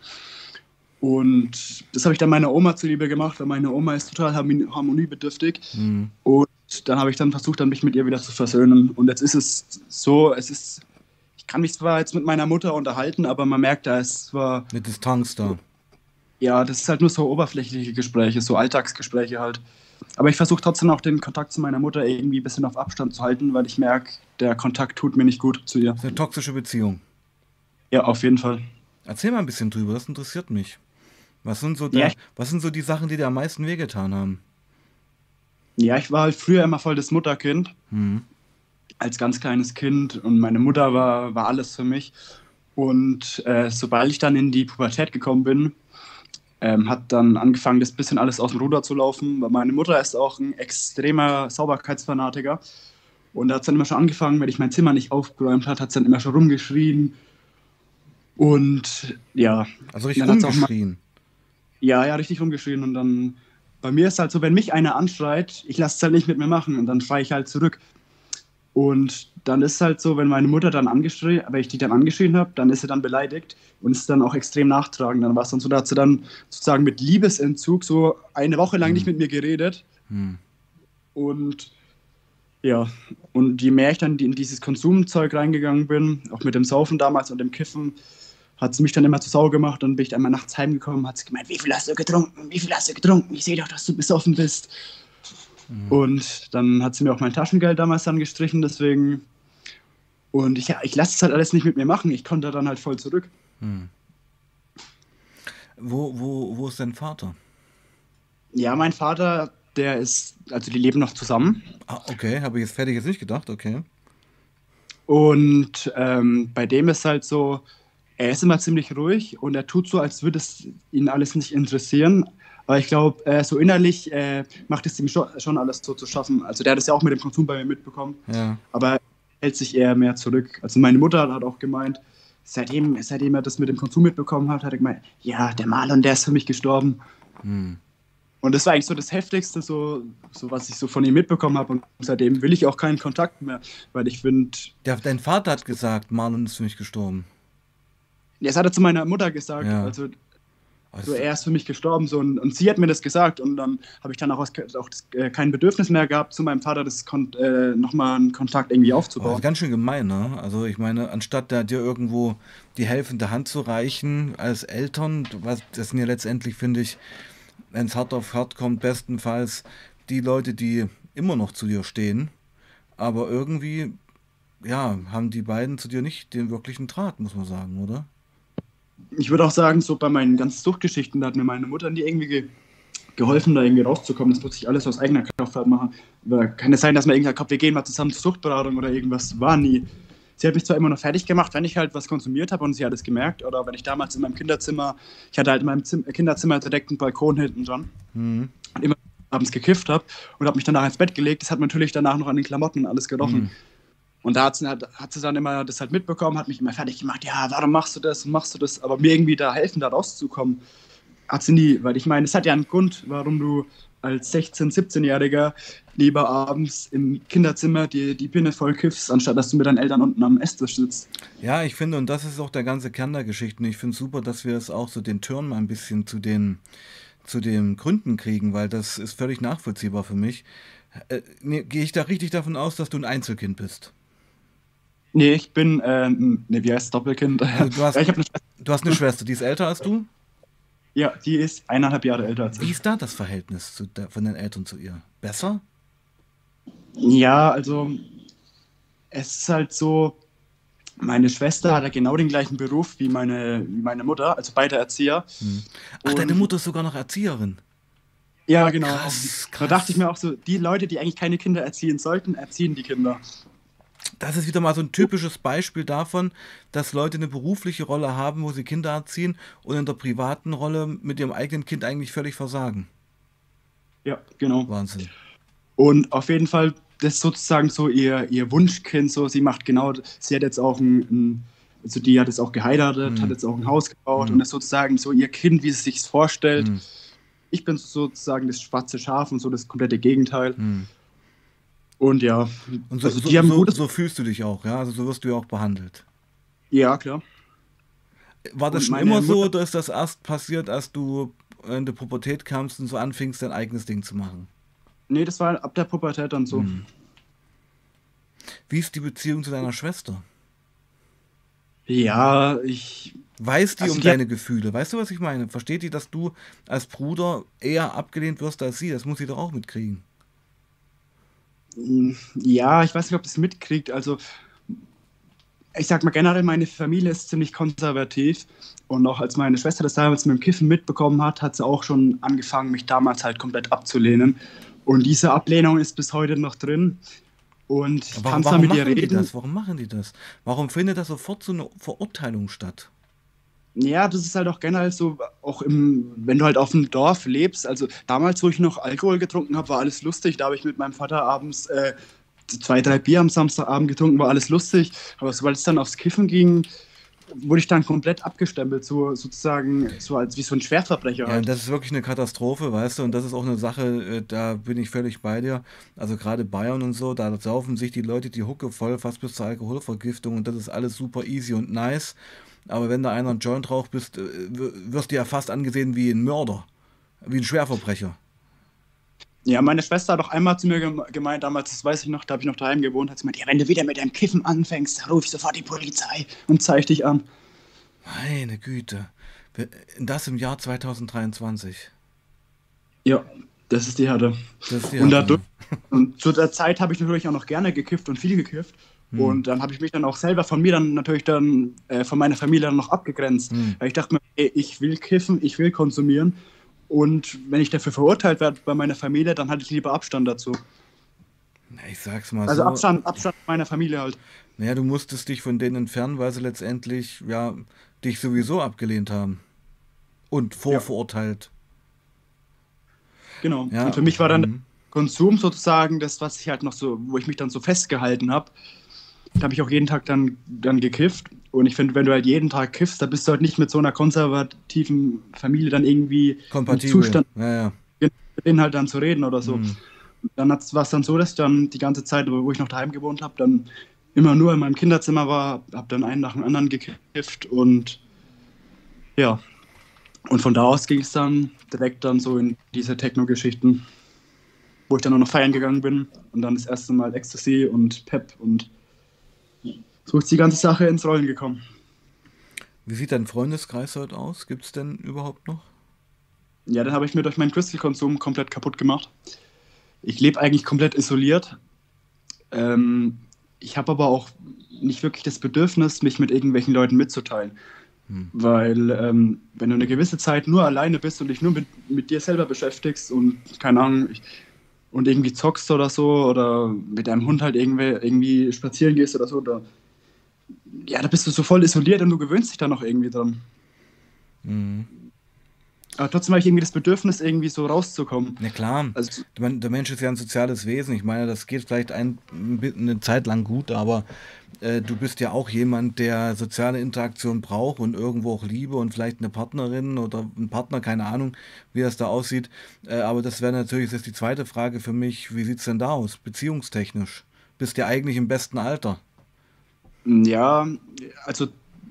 Und das habe ich dann meiner Oma zuliebe gemacht, weil meine Oma ist total harmoniebedürftig. Hm. Und dann habe ich dann versucht, dann mich mit ihr wieder zu versöhnen. Und jetzt ist es so, ich kann mich zwar jetzt mit meiner Mutter unterhalten, aber man merkt, da ist zwar, Eine Distanz da. ja, das ist halt nur so oberflächliche Gespräche, so Alltagsgespräche halt. Aber ich versuche trotzdem auch den Kontakt zu meiner Mutter irgendwie ein bisschen auf Abstand zu halten, weil ich merke, der Kontakt tut mir nicht gut zu ihr. Das ist eine toxische Beziehung. Ja, auf jeden Fall. Erzähl mal ein bisschen drüber, das interessiert mich. Ja, ich, Was sind so die Sachen, die dir am meisten wehgetan haben? ja, ich war halt früher immer voll das Mutterkind, Hm. als ganz kleines Kind und meine Mutter war alles für mich. Und sobald ich dann in die Pubertät gekommen bin, hat dann angefangen, das bisschen alles aus dem Ruder zu laufen, weil meine Mutter ist auch ein extremer Sauberkeitsfanatiker. Und da hat es dann immer schon angefangen, wenn ich mein Zimmer nicht aufgeräumt hat es dann immer schon rumgeschrien. Und ja, Also richtig dann hat es auch mal, rumgeschrien. ja, ja, richtig rumgeschrien. Und dann, bei mir ist halt so, wenn mich einer anschreit, ich lasse es halt nicht mit mir machen und dann schreie ich halt zurück. Und dann ist halt so, wenn meine Mutter dann angeschrien, wenn ich die dann angeschrien habe, dann ist sie dann beleidigt und ist dann auch extrem nachtragend. Dann war es dann so, da hat sie dann sozusagen mit Liebesentzug so eine Woche lang nicht Hm. mit mir geredet. Hm. Und ja, und je mehr ich dann in dieses Konsumzeug reingegangen bin, auch mit dem Saufen damals und dem Kiffen, hat sie mich dann immer zur Sau gemacht. Dann bin ich einmal nachts heimgekommen, hat sie gemeint, wie viel hast du getrunken? Wie viel hast du getrunken? Ich sehe doch, dass du besoffen bist. Hm. Und dann hat sie mir auch mein Taschengeld damals dann gestrichen, deswegen. Und ich lasse es halt alles nicht mit mir machen. Ich konnte dann halt voll zurück. Hm. Wo ist dein Vater? Ja, mein Vater, also die leben noch zusammen. Ah, okay, habe ich jetzt fertig jetzt nicht gedacht, okay. Und bei dem ist halt so, er ist immer ziemlich ruhig und er tut so, als würde es ihn alles nicht interessieren. Aber ich glaube, so innerlich macht es ihm schon alles so zu schaffen. Also der hat es ja auch mit dem Konsum bei mir mitbekommen. Ja. Aber er hält sich eher mehr zurück. Also meine Mutter hat auch gemeint, seitdem er das mit dem Konsum mitbekommen hat er gemeint, ja, der Marlon, der ist für mich gestorben. Hm. Und das war eigentlich so das Heftigste, so was ich so von ihm mitbekommen habe. Und seitdem will ich auch keinen Kontakt mehr, weil ich finde, Dein Vater hat gesagt, Marlon ist für mich gestorben. das hat er zu meiner Mutter gesagt, Ja. also so, Also, er ist für mich gestorben so, und sie hat mir das gesagt und dann habe ich dann kein Bedürfnis mehr gehabt, zu meinem Vater nochmal einen Kontakt irgendwie aber das ist aufzubauen. ganz schön gemein, ne? Also ich meine, anstatt dir irgendwo die helfende Hand zu reichen als Eltern, das sind ja letztendlich, finde ich, wenn es hart auf hart kommt, bestenfalls die Leute, die immer noch zu dir stehen, aber irgendwie, ja, haben die beiden zu dir nicht den wirklichen Draht, muss man sagen, oder? Ich würde auch sagen, so bei meinen ganzen Suchtgeschichten, da hat mir meine Mutter nie irgendwie geholfen, da irgendwie rauszukommen. Das muss ich alles aus eigener Kraft halt machen. Aber kann es sein, dass man irgendwie sagt, wir gehen mal zusammen zur Suchtberatung oder irgendwas? War nie. Sie hat mich zwar immer noch fertig gemacht, wenn ich halt was konsumiert habe und sie hat es gemerkt. Oder wenn ich damals in meinem Kinderzimmer, ich hatte halt in meinem Kinderzimmer direkt einen Balkon hinten dran Hm. und immer abends gekifft habe und habe mich danach ins Bett gelegt. Das hat natürlich danach noch an den Klamotten und alles gerochen. Hm. Und da hat sie dann immer das halt mitbekommen, hat mich immer fertig gemacht. Ja, warum machst du das und machst du das? Aber mir irgendwie da helfen, da rauszukommen, hat sie nie. Weil ich meine, es hat ja einen Grund, warum du als 16-, 17-Jähriger lieber abends im Kinderzimmer die Birne voll kiffst, anstatt dass du mit deinen Eltern unten am Esstisch sitzt. Ja, ich finde, und das ist auch der ganze Kern der Geschichten. Ich finde es super, dass wir es auch so den Turn mal ein bisschen zu den Gründen kriegen, weil das ist völlig nachvollziehbar für mich. Nee, gehe ich da richtig davon aus, dass du ein Einzelkind bist? Nee, ich bin, nee, wie heißt Doppelkind? Also Ja, ich habe eine Schwester, du hast eine Schwester, die ist älter als du? ja, die ist 1,5 Jahre älter als Wie ich. ist da das Verhältnis von den Eltern zu ihr? Besser? Ja, also es ist halt so, meine Schwester hat ja genau den gleichen Beruf wie meine Mutter, also beide Erzieher. Hm. Ach, deine Und Mutter ist sogar noch Erzieherin. ja, genau. Krass, Da dachte ich krass. mir auch so, die Leute, die eigentlich keine Kinder erziehen sollten, erziehen die Kinder. Das ist wieder mal so ein typisches Beispiel davon, dass Leute eine berufliche Rolle haben, wo sie Kinder erziehen und in der privaten Rolle mit ihrem eigenen Kind eigentlich völlig versagen. Ja, genau. Wahnsinn. Und auf jeden Fall, das ist sozusagen so ihr Wunschkind, so sie macht genau, sie hat jetzt auch also die hat jetzt auch geheiratet, hat Hm. jetzt auch ein Haus gebaut Hm. und ist sozusagen so ihr Kind, wie sie sich vorstellt. Hm. Ich bin sozusagen das schwarze Schaf und so das komplette Gegenteil. Hm. Und ja, Und so, also die so, haben ein so, gutes, so fühlst du dich auch, ja? Also so wirst du ja auch behandelt. ja klar. War das Und schon meine immer so Mutter, oder ist das erst passiert, als du in die Pubertät kamst und so anfingst, dein eigenes Ding zu machen? nee, das war ab der Pubertät dann so. Hm. Wie ist die Beziehung zu deiner Schwester? Ja, Weiß die also um die hat, deine Gefühle? Weißt du, was ich meine? Versteht die, dass du als Bruder eher abgelehnt wirst als sie? Das muss sie doch auch mitkriegen. ja, ich weiß nicht, ob das mitkriegt. Also ich sag mal generell, meine Familie ist ziemlich konservativ. Und auch als meine Schwester das damals mit dem Kiffen mitbekommen hat, hat sie auch schon angefangen, mich damals halt komplett abzulehnen. Und diese Ablehnung ist bis heute noch drin. Und ich kann zwar Warum mit ihr machen die reden. das? Warum machen die das? Warum findet da sofort so eine Verurteilung statt? Ja, das ist halt auch generell so, auch wenn du halt auf dem Dorf lebst. Also damals, wo ich noch Alkohol getrunken habe, war alles lustig. Da habe ich mit meinem Vater abends zwei, drei Bier am Samstagabend getrunken, war alles lustig. Aber sobald es dann aufs Kiffen ging, wurde ich dann komplett abgestempelt, so sozusagen so als wie so ein Schwerverbrecher Ja, und halt. das ist wirklich eine Katastrophe, weißt du, und das ist auch eine Sache, da bin ich völlig bei dir. Also gerade Bayern und so, da saufen sich die Leute die Hucke voll, fast bis zur Alkoholvergiftung und das ist alles super easy und nice. Aber wenn da einer ein Joint raucht, wirst du ja fast angesehen wie ein Mörder, wie ein Schwerverbrecher. Ja, meine Schwester hat auch einmal zu mir gemeint, damals, das weiß ich noch, da habe ich noch daheim gewohnt, hat sie gemeint, ja, wenn du wieder mit deinem Kiffen anfängst, dann ruf ich sofort die Polizei und zeig dich an. Meine Güte. Das im Jahr 2023. Ja, das ist die Härte. Das ist die Und Härte, dadurch, ne? und zu der Zeit habe ich natürlich auch noch gerne gekifft und viel gekifft. Hm, Und dann habe ich mich dann auch selber von mir dann natürlich dann von meiner Familie dann noch abgegrenzt. hm. Weil ich dachte mir, ey, ich will kiffen, ich will konsumieren. Und wenn ich dafür verurteilt werde bei meiner Familie, dann hatte ich lieber Abstand dazu. Na, ich sag's mal Also so. Abstand meiner Familie halt. Naja, du musstest dich von denen entfernen, weil sie letztendlich, ja, dich sowieso abgelehnt haben. Und Ja, vorverurteilt. genau. Und Ja, für mich war dann der hm. Konsum sozusagen das, was ich halt noch so, wo ich mich dann so festgehalten habe. Da habe ich auch jeden Tag dann gekifft. Und ich finde, wenn du halt jeden Tag kiffst, da bist du halt nicht mit so einer konservativen Familie dann irgendwie im Kompatibel. Zustand, Ja, ja. mit denen halt dann zu reden oder so. Hm. Dann war es dann so, dass ich dann die ganze Zeit, wo ich noch daheim gewohnt habe, dann immer nur in meinem Kinderzimmer war, habe dann einen nach dem anderen gekifft und ja. Und von da aus ging es dann direkt dann so in diese Techno-Geschichten, wo ich dann auch noch feiern gegangen bin und dann das erste Mal Ecstasy und Pep und so ist die ganze Sache ins Rollen gekommen. Wie sieht dein Freundeskreis heute aus? Gibt's denn überhaupt noch? Ja, dann habe ich mir durch meinen Crystal-Konsum komplett kaputt gemacht. Ich lebe eigentlich komplett isoliert. Ähm, Ich habe aber auch nicht wirklich das Bedürfnis, mich mit irgendwelchen Leuten mitzuteilen. Hm. Weil wenn du eine gewisse Zeit nur alleine bist und dich nur mit dir selber beschäftigst und keine Ahnung, und irgendwie zockst oder so oder mit deinem Hund halt irgendwie spazieren gehst oder so, ja, da bist du so voll isoliert und du gewöhnst dich da noch irgendwie dran. Mhm. Aber trotzdem habe ich irgendwie das Bedürfnis, irgendwie so rauszukommen. Na klar, Also, der Mensch ist ja ein soziales Wesen. Ich meine, das geht vielleicht eine Zeit lang gut, aber du bist ja auch jemand, der soziale Interaktion braucht und irgendwo auch Liebe und vielleicht eine Partnerin oder ein Partner, keine Ahnung, wie das da aussieht. Aber das wäre natürlich jetzt die zweite Frage für mich. Wie sieht's denn da aus, beziehungstechnisch? Bist ja eigentlich im besten Alter. ja, also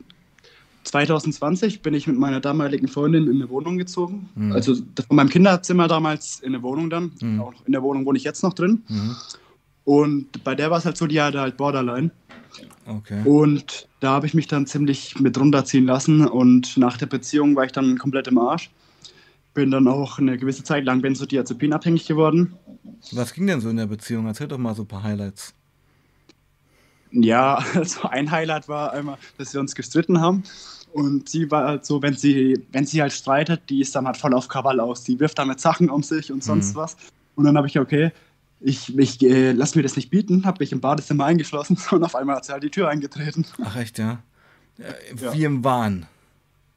2020 bin ich mit meiner damaligen Freundin in eine Wohnung gezogen. Mhm. Also von meinem Kinderzimmer damals in eine Wohnung dann. Mhm. Auch in der Wohnung wohne ich jetzt noch drin. Mhm. Und bei der war es halt so, die hatte halt Borderline. Okay. Und da habe ich mich dann ziemlich mit runterziehen lassen. Und nach der Beziehung war ich dann komplett im Arsch. Bin dann auch eine gewisse Zeit lang Benzodiazepin abhängig geworden. Was ging denn so in der Beziehung? Erzähl doch mal so ein paar Highlights. Ja, also ein Highlight war einmal, dass wir uns gestritten haben. Und sie war halt so, wenn sie halt streitet, die ist dann halt voll auf Krawall aus. Die wirft dann mit Sachen um sich und sonst Mhm. was. Und dann habe ich, okay, ich lass mir das nicht bieten, habe mich im Badezimmer eingeschlossen und auf einmal hat sie halt die Tür eingetreten. Ach echt, ja? Ja, Wie im Wahn.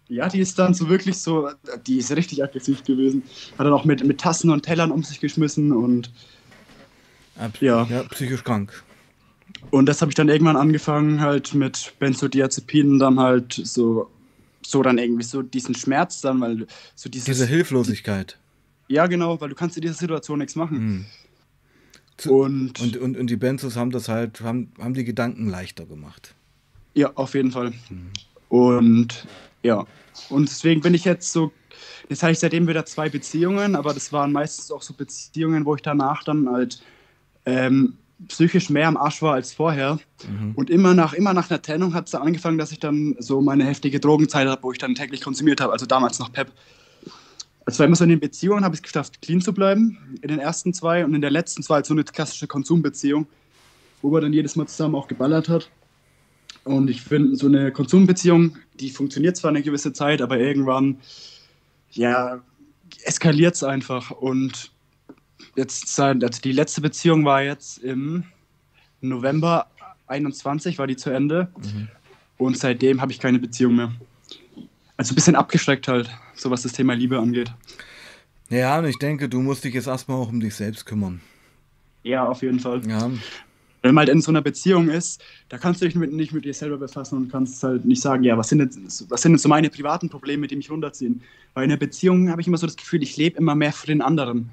Ja, die ist dann so wirklich so, die ist richtig aggressiv gewesen. Hat dann auch mit Tassen und Tellern um sich geschmissen und ja. Ja, psychisch krank. Und das habe ich dann irgendwann angefangen, halt mit Benzodiazepinen dann halt so dann irgendwie so diesen Schmerz dann, weil so Diese Hilflosigkeit. ja genau, weil du kannst in dieser Situation nichts machen. Hm. Und Und die Benzos haben das halt, haben die Gedanken leichter gemacht. ja, auf jeden Fall. Und ja, und deswegen bin ich jetzt habe ich seitdem wieder 2 Beziehungen, aber das waren meistens auch so Beziehungen, wo ich danach dann halt psychisch mehr am Arsch war als vorher. Und immer nach einer Trennung hat es dann angefangen, dass ich dann so meine heftige Drogenzeit habe, wo ich dann täglich konsumiert habe, also damals noch PEP. Also war immer so in den Beziehungen, habe ich es geschafft, clean zu bleiben, in den ersten 2 und in der letzten war halt so eine klassische Konsumbeziehung, wo man dann jedes Mal zusammen auch geballert hat. Und ich finde, so eine Konsumbeziehung, die funktioniert zwar eine gewisse Zeit, aber irgendwann, ja, eskaliert es einfach. Und also die letzte Beziehung war jetzt im November 21, war die zu Ende. Und seitdem habe ich keine Beziehung mehr. Also ein bisschen abgeschreckt halt, so was das Thema Liebe angeht. Ja, und ich denke, du musst dich jetzt erstmal auch um dich selbst kümmern. Ja, auf jeden Fall. Ja, Wenn man halt in so einer Beziehung ist, da kannst du dich nicht mit dir selber befassen und kannst halt nicht sagen, ja, was sind jetzt so meine privaten Probleme, die mich runterziehen. Weil in einer Beziehung habe ich immer so das Gefühl, ich lebe immer mehr für den anderen.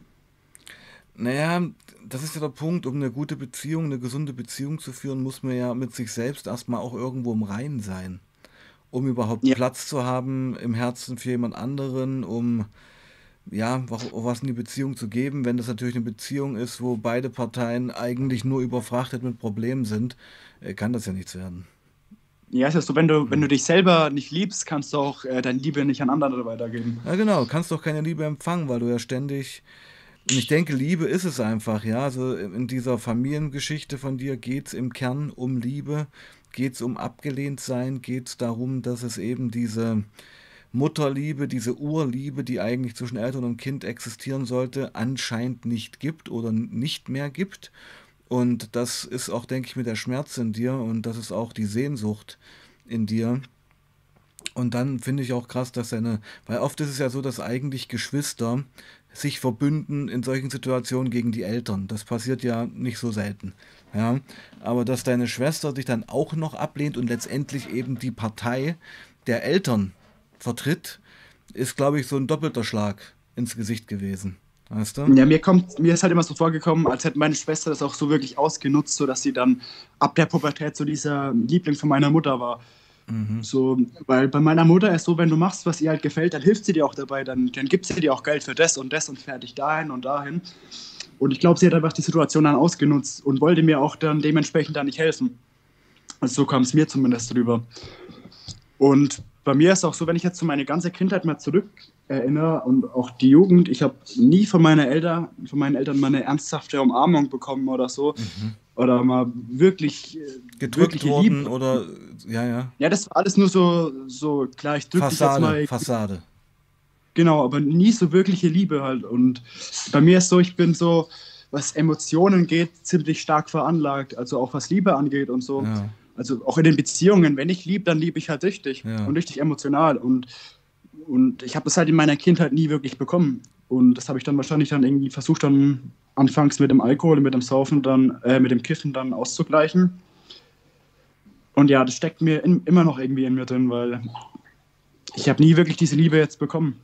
naja, das ist ja der Punkt, um eine gute Beziehung, eine gesunde Beziehung zu führen, muss man ja mit sich selbst erstmal auch irgendwo im Reinen sein. Um überhaupt Ja, Platz zu haben im Herzen für jemand anderen, um ja, was in die Beziehung zu geben, wenn das natürlich eine Beziehung ist, wo beide Parteien eigentlich nur überfrachtet mit Problemen sind, kann das ja nichts werden. ja, ist ja so, wenn du dich selber nicht liebst, kannst du auch deine Liebe nicht an andere weitergeben. Ja, genau, du kannst doch keine Liebe empfangen, weil du ja ständig. Und ich denke, Liebe ist es einfach, ja. Also in dieser Familiengeschichte von dir geht es im Kern um Liebe, geht es um abgelehnt sein, geht es darum, dass es eben diese Mutterliebe, diese Urliebe, die eigentlich zwischen Eltern und Kind existieren sollte, anscheinend nicht gibt oder nicht mehr gibt. Und das ist auch, denke ich, mit der Schmerz in dir und das ist auch die Sehnsucht in dir. Und dann finde ich auch krass, dass weil oft ist es ja so, dass eigentlich Geschwister sich verbünden in solchen Situationen gegen die Eltern. Das passiert ja nicht so selten. Ja, aber dass deine Schwester dich dann auch noch ablehnt und letztendlich eben die Partei der Eltern vertritt, ist, glaube ich, so ein doppelter Schlag ins Gesicht gewesen. Weißt du? Ja, mir ist halt immer so vorgekommen, als hätte meine Schwester das auch so wirklich ausgenutzt, so dass sie dann ab der Pubertät so dieser Liebling von meiner Mutter war. So, weil bei meiner Mutter ist so, wenn du machst, was ihr halt gefällt, dann hilft sie dir auch dabei, dann gibt sie dir auch Geld für das und fertig dahin und dahin. Und ich glaube, sie hat einfach die Situation dann ausgenutzt und wollte mir auch dann dementsprechend dann nicht helfen. Also so kam es mir zumindest drüber. Und bei mir ist auch so, wenn ich jetzt so meine ganze Kindheit mal zurück erinnere und auch die Jugend, ich habe nie von meinen Eltern mal eine ernsthafte Umarmung bekommen oder so. Oder mal wirklich, Gedrückt wirkliche worden Liebe. oder, ja, ja, Ja, das war alles nur so klar, ich drück dich jetzt Fassade, mal. Fassade. Genau, aber nie so wirkliche Liebe halt. Und bei mir ist so, ich bin so, was Emotionen geht, ziemlich stark veranlagt. Also auch was Liebe angeht und so. Ja, Also auch in den Beziehungen, wenn ich liebe, dann liebe ich halt richtig ja. und richtig emotional. Und ich habe das halt in meiner Kindheit nie wirklich bekommen. Und das habe ich dann wahrscheinlich dann irgendwie versucht, dann anfangs mit dem Alkohol, mit dem Saufen, mit dem Kiffen dann auszugleichen. Und ja, das steckt mir immer noch irgendwie in mir drin, weil ich habe nie wirklich diese Liebe jetzt bekommen.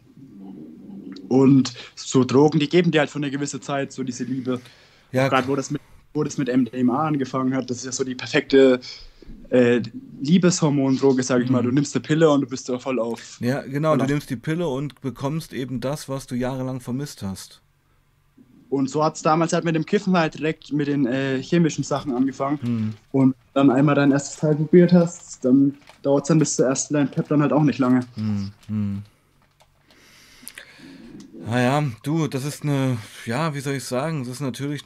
Und so Drogen, die geben dir halt für eine gewisse Zeit so diese Liebe. Auch Ja, gerade, wo das mit MDMA angefangen hat, das ist ja so die perfekte äh, Liebeshormondroge, sage ich mal. Du nimmst eine Pille und du bist da ja, genau, voll du auf. nimmst die Pille und bekommst eben das, was du jahrelang vermisst hast. Und so hat es damals halt mit dem Kiffen halt direkt mit den chemischen Sachen angefangen. Hm, Und dann einmal dein erstes Teil probiert hast, dann dauert es dann bis zur ersten Line Pep dann halt auch nicht lange. hm, hm. Naja, du, das ist ja, wie soll ich sagen, das ist natürlich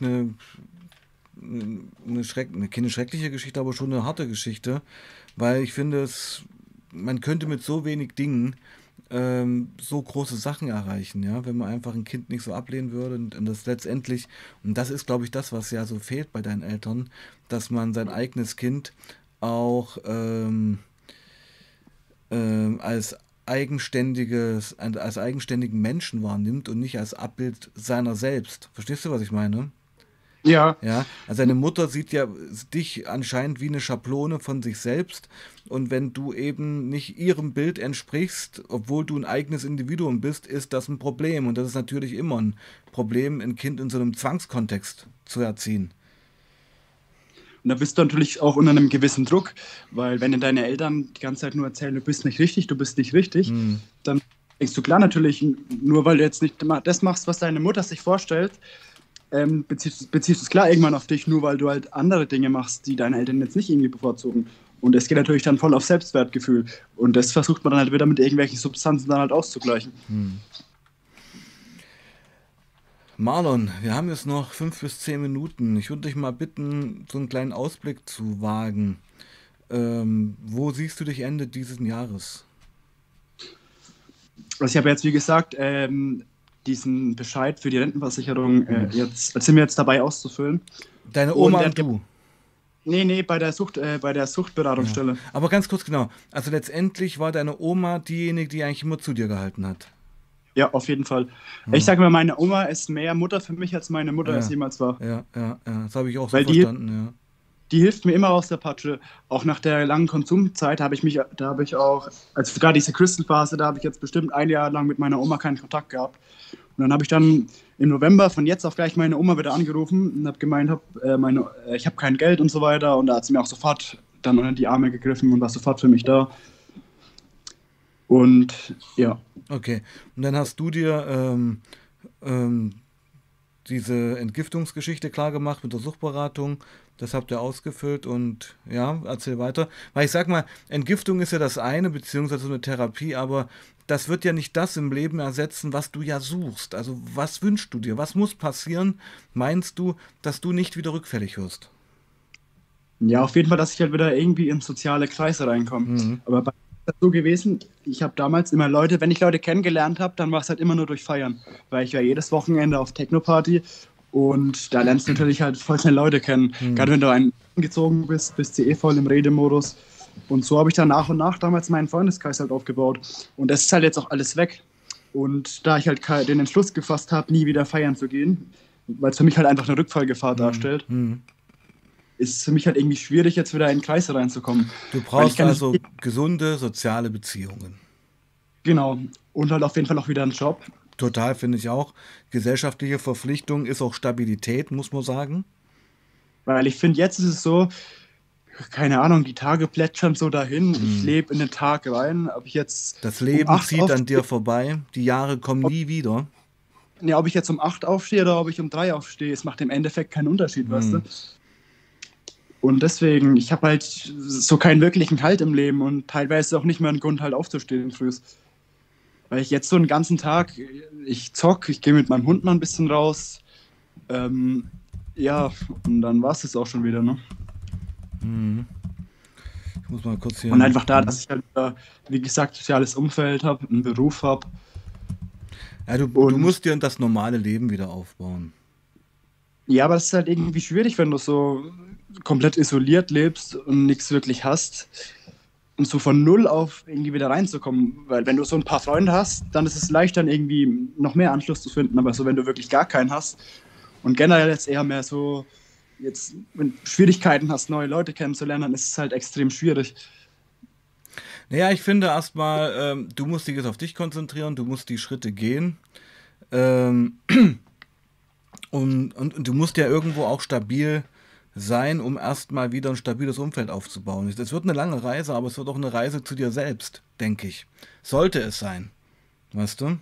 keine schreckliche Geschichte, aber schon eine harte Geschichte, weil ich finde, man könnte mit so wenig Dingen so große Sachen erreichen, ja, wenn man einfach ein Kind nicht so ablehnen würde und das letztendlich, und das ist, glaube ich, das, was ja so fehlt bei deinen Eltern, dass man sein eigenes Kind auch als als eigenständigen Menschen wahrnimmt und nicht als Abbild seiner selbst. Verstehst du, was ich meine? Ja, Ja, also deine Mutter sieht ja dich anscheinend wie eine Schablone von sich selbst und wenn du eben nicht ihrem Bild entsprichst, obwohl du ein eigenes Individuum bist, ist das ein Problem und das ist natürlich immer ein Problem, ein Kind in so einem Zwangskontext zu erziehen. und da bist du natürlich auch unter einem gewissen Druck, weil wenn dir deine Eltern die ganze Zeit nur erzählen, du bist nicht richtig, Hm. dann denkst du klar natürlich, nur weil du jetzt nicht das machst, was deine Mutter sich vorstellt, beziehst du es klar irgendwann auf dich, nur weil du halt andere Dinge machst, die deine Eltern jetzt nicht irgendwie bevorzugen. Und es geht natürlich dann voll auf Selbstwertgefühl. Und das versucht man dann halt wieder mit irgendwelchen Substanzen dann halt auszugleichen. Marlon, wir haben jetzt noch 5 bis 10 Minuten. Ich würde dich mal bitten, so einen kleinen Ausblick zu wagen. Wo siehst du dich Ende dieses Jahres? Also ich habe jetzt, wie gesagt, diesen Bescheid für die Rentenversicherung sind wir jetzt dabei auszufüllen. Deine Und Oma und du. nee, bei der Ja. Suchtberatungsstelle. Aber ganz kurz genau. Also letztendlich war deine Oma diejenige, die eigentlich immer zu dir gehalten hat. Ja, auf jeden Fall. Ich Ja, sage mal, meine Oma ist mehr Mutter für mich, als meine Mutter es ja, jemals war. ja. Das habe ich auch so Weil verstanden, die hilft mir immer aus der Patsche. Auch nach der langen Konsumzeit da habe ich auch, also sogar diese Crystal-Phase, da habe ich jetzt bestimmt ein Jahr lang mit meiner Oma keinen Kontakt gehabt. Und dann habe ich dann im November von jetzt auf gleich meine Oma wieder angerufen und habe gemeint, ich habe kein Geld und so weiter. Und da hat sie mir auch sofort dann unter die Arme gegriffen und war sofort für mich da. Und ja, ja. Okay. Und dann hast du dir ähm, diese Entgiftungsgeschichte klar gemacht mit der Suchtberatung. Das habt ihr ausgefüllt und ja, erzähl weiter. Weil ich sag mal, Entgiftung ist ja das eine, beziehungsweise so eine Therapie, aber das wird ja nicht das im Leben ersetzen, was du ja suchst. Also was wünschst du dir? Was muss passieren, meinst du, dass du nicht wieder rückfällig wirst? ja, auf jeden Fall, dass ich halt wieder irgendwie in soziale Kreise reinkomme. Mhm. Aber bei mir ist das so gewesen, ich habe damals immer Leute, wenn ich Leute kennengelernt habe, dann war es halt immer nur durch Feiern. Weil ich war jedes Wochenende auf Techno-Party und da lernst du natürlich halt voll schnell Leute kennen. Mhm. Gerade wenn du eingezogen bist du eh voll im Redemodus. Und so habe ich dann nach und nach damals meinen Freundeskreis halt aufgebaut. Und das ist halt jetzt auch alles weg. Und da ich halt den Entschluss gefasst habe, nie wieder feiern zu gehen, weil es für mich halt einfach eine Rückfallgefahr darstellt, Mhm. ist es für mich halt irgendwie schwierig, jetzt wieder in Kreise reinzukommen. Du Weil ich brauchst kann nicht, also gesunde soziale Beziehungen. genau, und halt auf jeden Fall auch wieder einen Job. Total, finde ich auch. Gesellschaftliche Verpflichtung ist auch Stabilität, muss man sagen. Weil ich finde, jetzt ist es so, keine Ahnung, die Tage plätschern so dahin. Ich Mhm. lebe in den Tag rein. Ob ich jetzt Das um Leben 8 zieht an dir aufstehe, vorbei, die Jahre kommen ob, nie wieder. ja, ob ich jetzt um 8 aufstehe oder ob ich um 3 aufstehe, es macht im Endeffekt keinen Unterschied, weißt du? Mhm. Und deswegen, ich habe halt so keinen wirklichen Halt im Leben und teilweise auch nicht mehr einen Grund, halt aufzustehen früh. Weil ich jetzt so einen ganzen Tag, ich zock, ich gehe mit meinem Hund mal ein bisschen raus. Ähm, ja, und dann war es das auch schon wieder, ne? Mhm. Ich muss mal kurz hier. Und einfach da, Mhm. dass ich halt, wie gesagt, soziales Umfeld habe, einen Beruf habe. Ja, du Und musst dir das normale Leben wieder aufbauen. ja, aber das ist halt irgendwie schwierig, wenn du so komplett isoliert lebst und nichts wirklich hast. Und so von null auf irgendwie wieder reinzukommen. Weil wenn du so ein paar Freunde hast, dann ist es leicht, dann irgendwie noch mehr Anschluss zu finden. Aber so, wenn du wirklich gar keinen hast und generell jetzt eher mehr so, jetzt, wenn du Schwierigkeiten hast, neue Leute kennenzulernen, dann ist es halt extrem schwierig. Naja, ich finde erstmal, du musst dich jetzt auf dich konzentrieren, du musst die Schritte gehen. Ähm, und du musst ja irgendwo auch stabil sein, um erstmal wieder ein stabiles Umfeld aufzubauen. Es wird eine lange Reise, aber es wird auch eine Reise zu dir selbst, denke ich. Sollte es sein. Weißt du?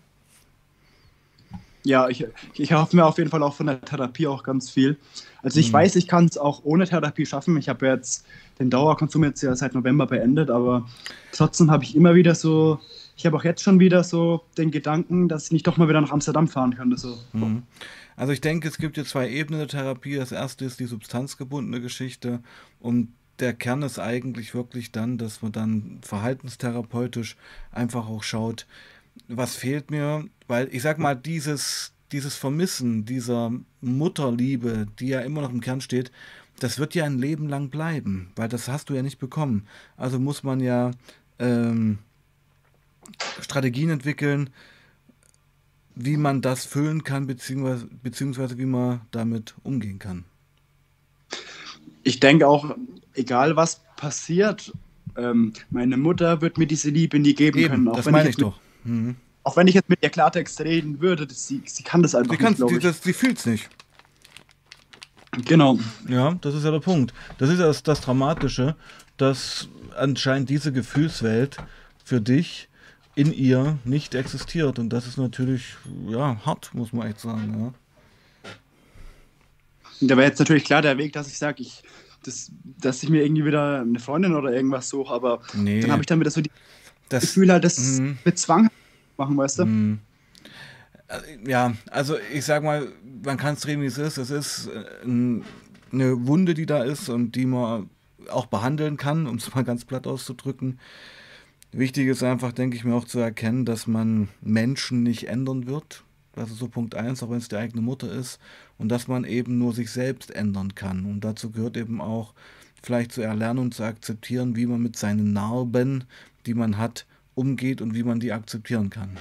Ja, ich hoffe mir auf jeden Fall auch von der Therapie auch ganz viel. Also ich Hm. weiß, ich kann es auch ohne Therapie schaffen. Ich habe jetzt den Dauerkonsum jetzt ja seit November beendet, aber trotzdem habe ich immer wieder so, ich habe auch jetzt schon wieder so den Gedanken, dass ich nicht doch mal wieder nach Amsterdam fahren könnte. So. Mhm. Also ich denke, es gibt hier zwei Ebenen der Therapie. Das erste ist die substanzgebundene Geschichte und der Kern ist eigentlich wirklich dann, dass man dann verhaltenstherapeutisch einfach auch schaut, was fehlt mir, weil ich sag mal, dieses Vermissen dieser Mutterliebe, die ja immer noch im Kern steht, das wird ja ein Leben lang bleiben, weil das hast du ja nicht bekommen. Also muss man ja ähm, Strategien entwickeln, wie man das füllen kann, beziehungsweise wie man damit umgehen kann. Ich denke auch, egal was passiert, meine Mutter wird mir diese Liebe nie geben Eben, können. Auch das wenn ich meine jetzt ich doch. Mhm. auch wenn ich jetzt mit ihr Klartext reden würde, sie kann das einfach nicht, glaube ich. Sie fühlt es nicht. Genau. Ja, das ist ja der Punkt. Das ist ja das Dramatische, dass anscheinend diese Gefühlswelt für dich in ihr nicht existiert. Und das ist natürlich, ja, hart, muss man echt sagen. Ja. Und da wäre jetzt natürlich klar der Weg, dass ich sage, dass ich mir irgendwie wieder eine Freundin oder irgendwas suche, aber Nee, dann habe ich dann wieder so das das, Gefühl, halt, das mit Zwang machen, weißt du? ja, also ich sag mal, man kann es drehen, wie es ist. Es ist eine Wunde, die da ist und die man auch behandeln kann, um es mal ganz platt auszudrücken. Wichtig ist einfach, denke ich mir, auch zu erkennen, dass man Menschen nicht ändern wird. Das ist so Punkt 1, auch wenn es die eigene Mutter ist. Und dass man eben nur sich selbst ändern kann. Und dazu gehört eben auch vielleicht zu erlernen und zu akzeptieren, wie man mit seinen Narben, die man hat, umgeht und wie man die akzeptieren kann.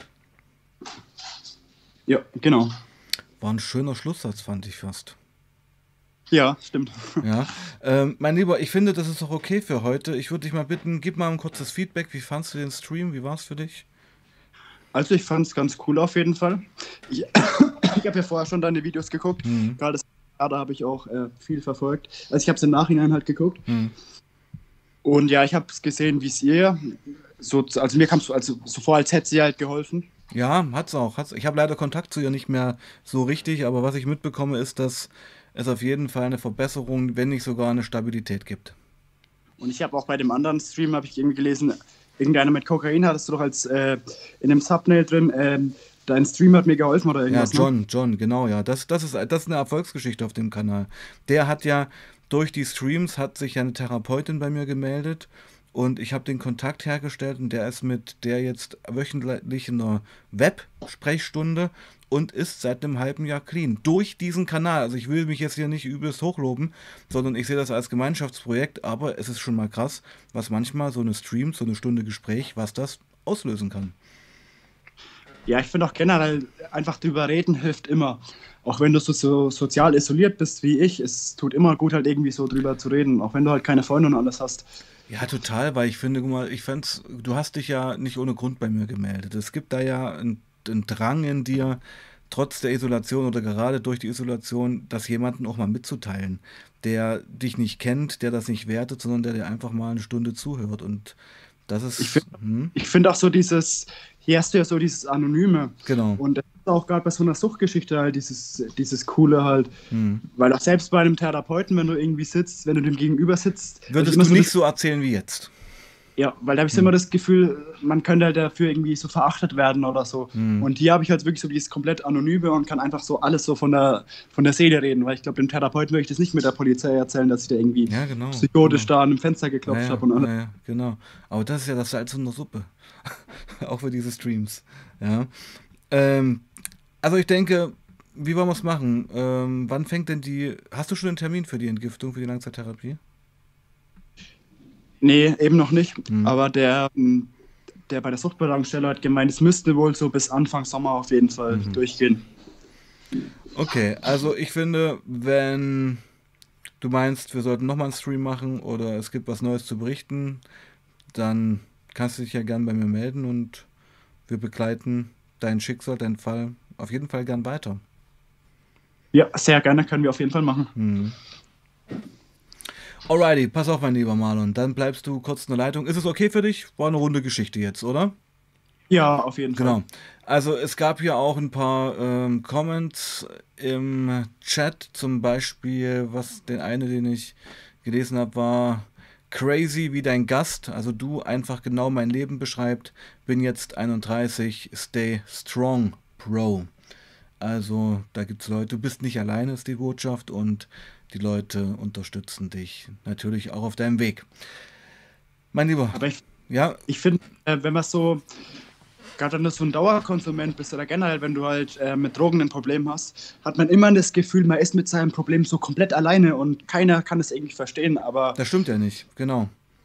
Ja, genau. War ein schöner Schlusssatz, fand ich fast. Ja, stimmt. Ja, mein Lieber, ich finde, das ist auch okay für heute. Ich würde dich mal bitten, gib mal ein kurzes Feedback. Wie fandst du den Stream? Wie war es für dich? Also ich fand es ganz cool auf jeden Fall. Ich habe ja vorher schon deine Videos geguckt. Gerade da habe ich auch viel verfolgt. Also ich habe es im Nachhinein halt geguckt. Und ja, ich habe es gesehen, wie es ihr. Also mir kam es so vor, als hätte sie halt geholfen. Ja, hat's auch. Ich habe leider Kontakt zu ihr nicht mehr so richtig, aber was ich mitbekomme, ist, dass es auf jeden Fall eine Verbesserung, wenn nicht sogar eine Stabilität gibt. Und ich habe auch bei dem anderen Stream, habe ich irgendwie gelesen, irgendeiner mit Kokain hattest du doch als in dem Thumbnail drin, dein Stream hat mir geholfen oder irgendwas. Ja, John, genau, ja. Das ist eine Erfolgsgeschichte auf dem Kanal. Der hat ja durch die Streams hat sich eine Therapeutin bei mir gemeldet und ich habe den Kontakt hergestellt und der ist mit der jetzt wöchentlich in einer Web-Sprechstunde und ist seit einem halben Jahr clean. Durch diesen Kanal. Also ich will mich jetzt hier nicht übelst hochloben, sondern ich sehe das als Gemeinschaftsprojekt, aber es ist schon mal krass, was manchmal so eine Stream, so eine Stunde Gespräch, was das auslösen kann. Ja, ich finde auch generell einfach drüber reden hilft immer. Auch wenn du so sozial isoliert bist wie ich, es tut immer gut, halt irgendwie so drüber zu reden, auch wenn du halt keine Freunde und alles hast. Ja, total, weil ich finde, guck mal, du hast dich ja nicht ohne Grund bei mir gemeldet. Es gibt da ja einen Drang in dir, trotz der Isolation oder gerade durch die Isolation, das jemanden auch mal mitzuteilen, der dich nicht kennt, der das nicht wertet, sondern der dir einfach mal eine Stunde zuhört. Und das ist. Ich finde auch so hier hast du ja so dieses Anonyme. Genau. Und das ist auch gerade bei so einer Suchtgeschichte halt dieses Coole halt. Weil auch selbst bei einem Therapeuten, wenn du irgendwie sitzt, wenn du dem gegenüber sitzt. Würdest du nicht so erzählen wie jetzt? Ja, weil da habe ich immer das Gefühl, man könnte halt dafür irgendwie so verachtet werden oder so. Und hier habe ich halt wirklich so dieses komplett Anonyme und kann einfach so alles so von der Seele reden, weil ich glaube, dem Therapeuten würde ich das nicht mit der Polizei erzählen, dass ich da irgendwie psychotisch da an einem Fenster geklopft habe und alles. Ja, genau. Aber das ist ja das Salz in der Suppe. Auch für diese Streams. Ja. Also ich denke, wie wollen wir es machen? Wann fängt denn hast du schon einen Termin für die Entgiftung, für die Langzeittherapie? Nee, eben noch nicht. Aber der bei der Suchtberatungsstelle hat gemeint, es müsste wohl so bis Anfang Sommer auf jeden Fall durchgehen. Okay, also ich finde, wenn du meinst, wir sollten nochmal einen Stream machen oder es gibt was Neues zu berichten, dann kannst du dich ja gern bei mir melden und wir begleiten dein Schicksal, deinen Fall auf jeden Fall gern weiter. Ja, sehr gerne, können wir auf jeden Fall machen. Alrighty, pass auf, mein lieber Marlon, dann bleibst du kurz in der Leitung. Ist es okay für dich? War eine runde Geschichte jetzt, oder? Ja, auf jeden Fall. Genau. Also es gab hier auch ein paar Comments im Chat, zum Beispiel, den ich gelesen habe, war crazy wie dein Gast, also du einfach genau mein Leben beschreibt, bin jetzt 31, stay strong, Bro. Also da gibt es Leute, du bist nicht alleine, ist die Botschaft und die Leute unterstützen dich natürlich auch auf deinem Weg. Mein Lieber. Aber ich finde, wenn man so, gerade wenn du so ein Dauerkonsument bist oder generell, wenn du halt mit Drogen ein Problem hast, hat man immer das Gefühl, man ist mit seinem Problem so komplett alleine und keiner kann es irgendwie verstehen. Aber das stimmt ja nicht, genau.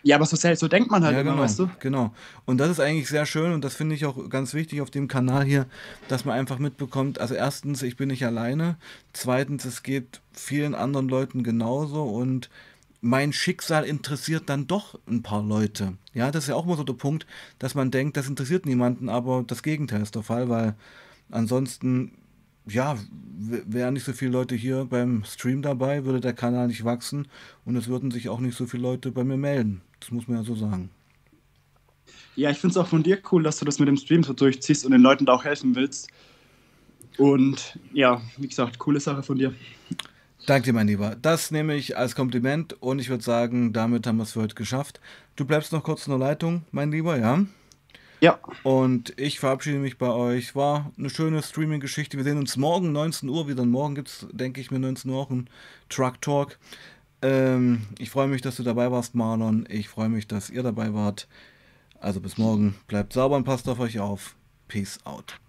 Ja, aber so denkt man halt Ja, immer, genau, weißt du? genau. Und das ist eigentlich sehr schön und das finde ich auch ganz wichtig auf dem Kanal hier, dass man einfach mitbekommt, also erstens, ich bin nicht alleine, zweitens, es geht vielen anderen Leuten genauso und mein Schicksal interessiert dann doch ein paar Leute. Ja, das ist ja auch immer so der Punkt, dass man denkt, das interessiert niemanden, aber das Gegenteil ist der Fall, weil ansonsten, ja, wären nicht so viele Leute hier beim Stream dabei, würde der Kanal nicht wachsen und es würden sich auch nicht so viele Leute bei mir melden. Das muss man ja so sagen. Ja, ich finde es auch von dir cool, dass du das mit dem Stream so durchziehst und den Leuten da auch helfen willst. Und ja, wie gesagt, coole Sache von dir. Danke dir, mein Lieber. Das nehme ich als Kompliment und ich würde sagen, damit haben wir es für heute geschafft. Du bleibst noch kurz in der Leitung, mein Lieber, ja? Ja, Und ich verabschiede mich bei euch. War eine schöne Streaming-Geschichte. Wir sehen uns morgen 19 Uhr wieder. Und morgen gibt es, denke ich mir, 19 Uhr auch einen Truck Talk. Ich freue mich, dass du dabei warst, Marlon. Ich freue mich, dass ihr dabei wart. Also bis morgen. Bleibt sauber und passt auf euch auf. Peace out.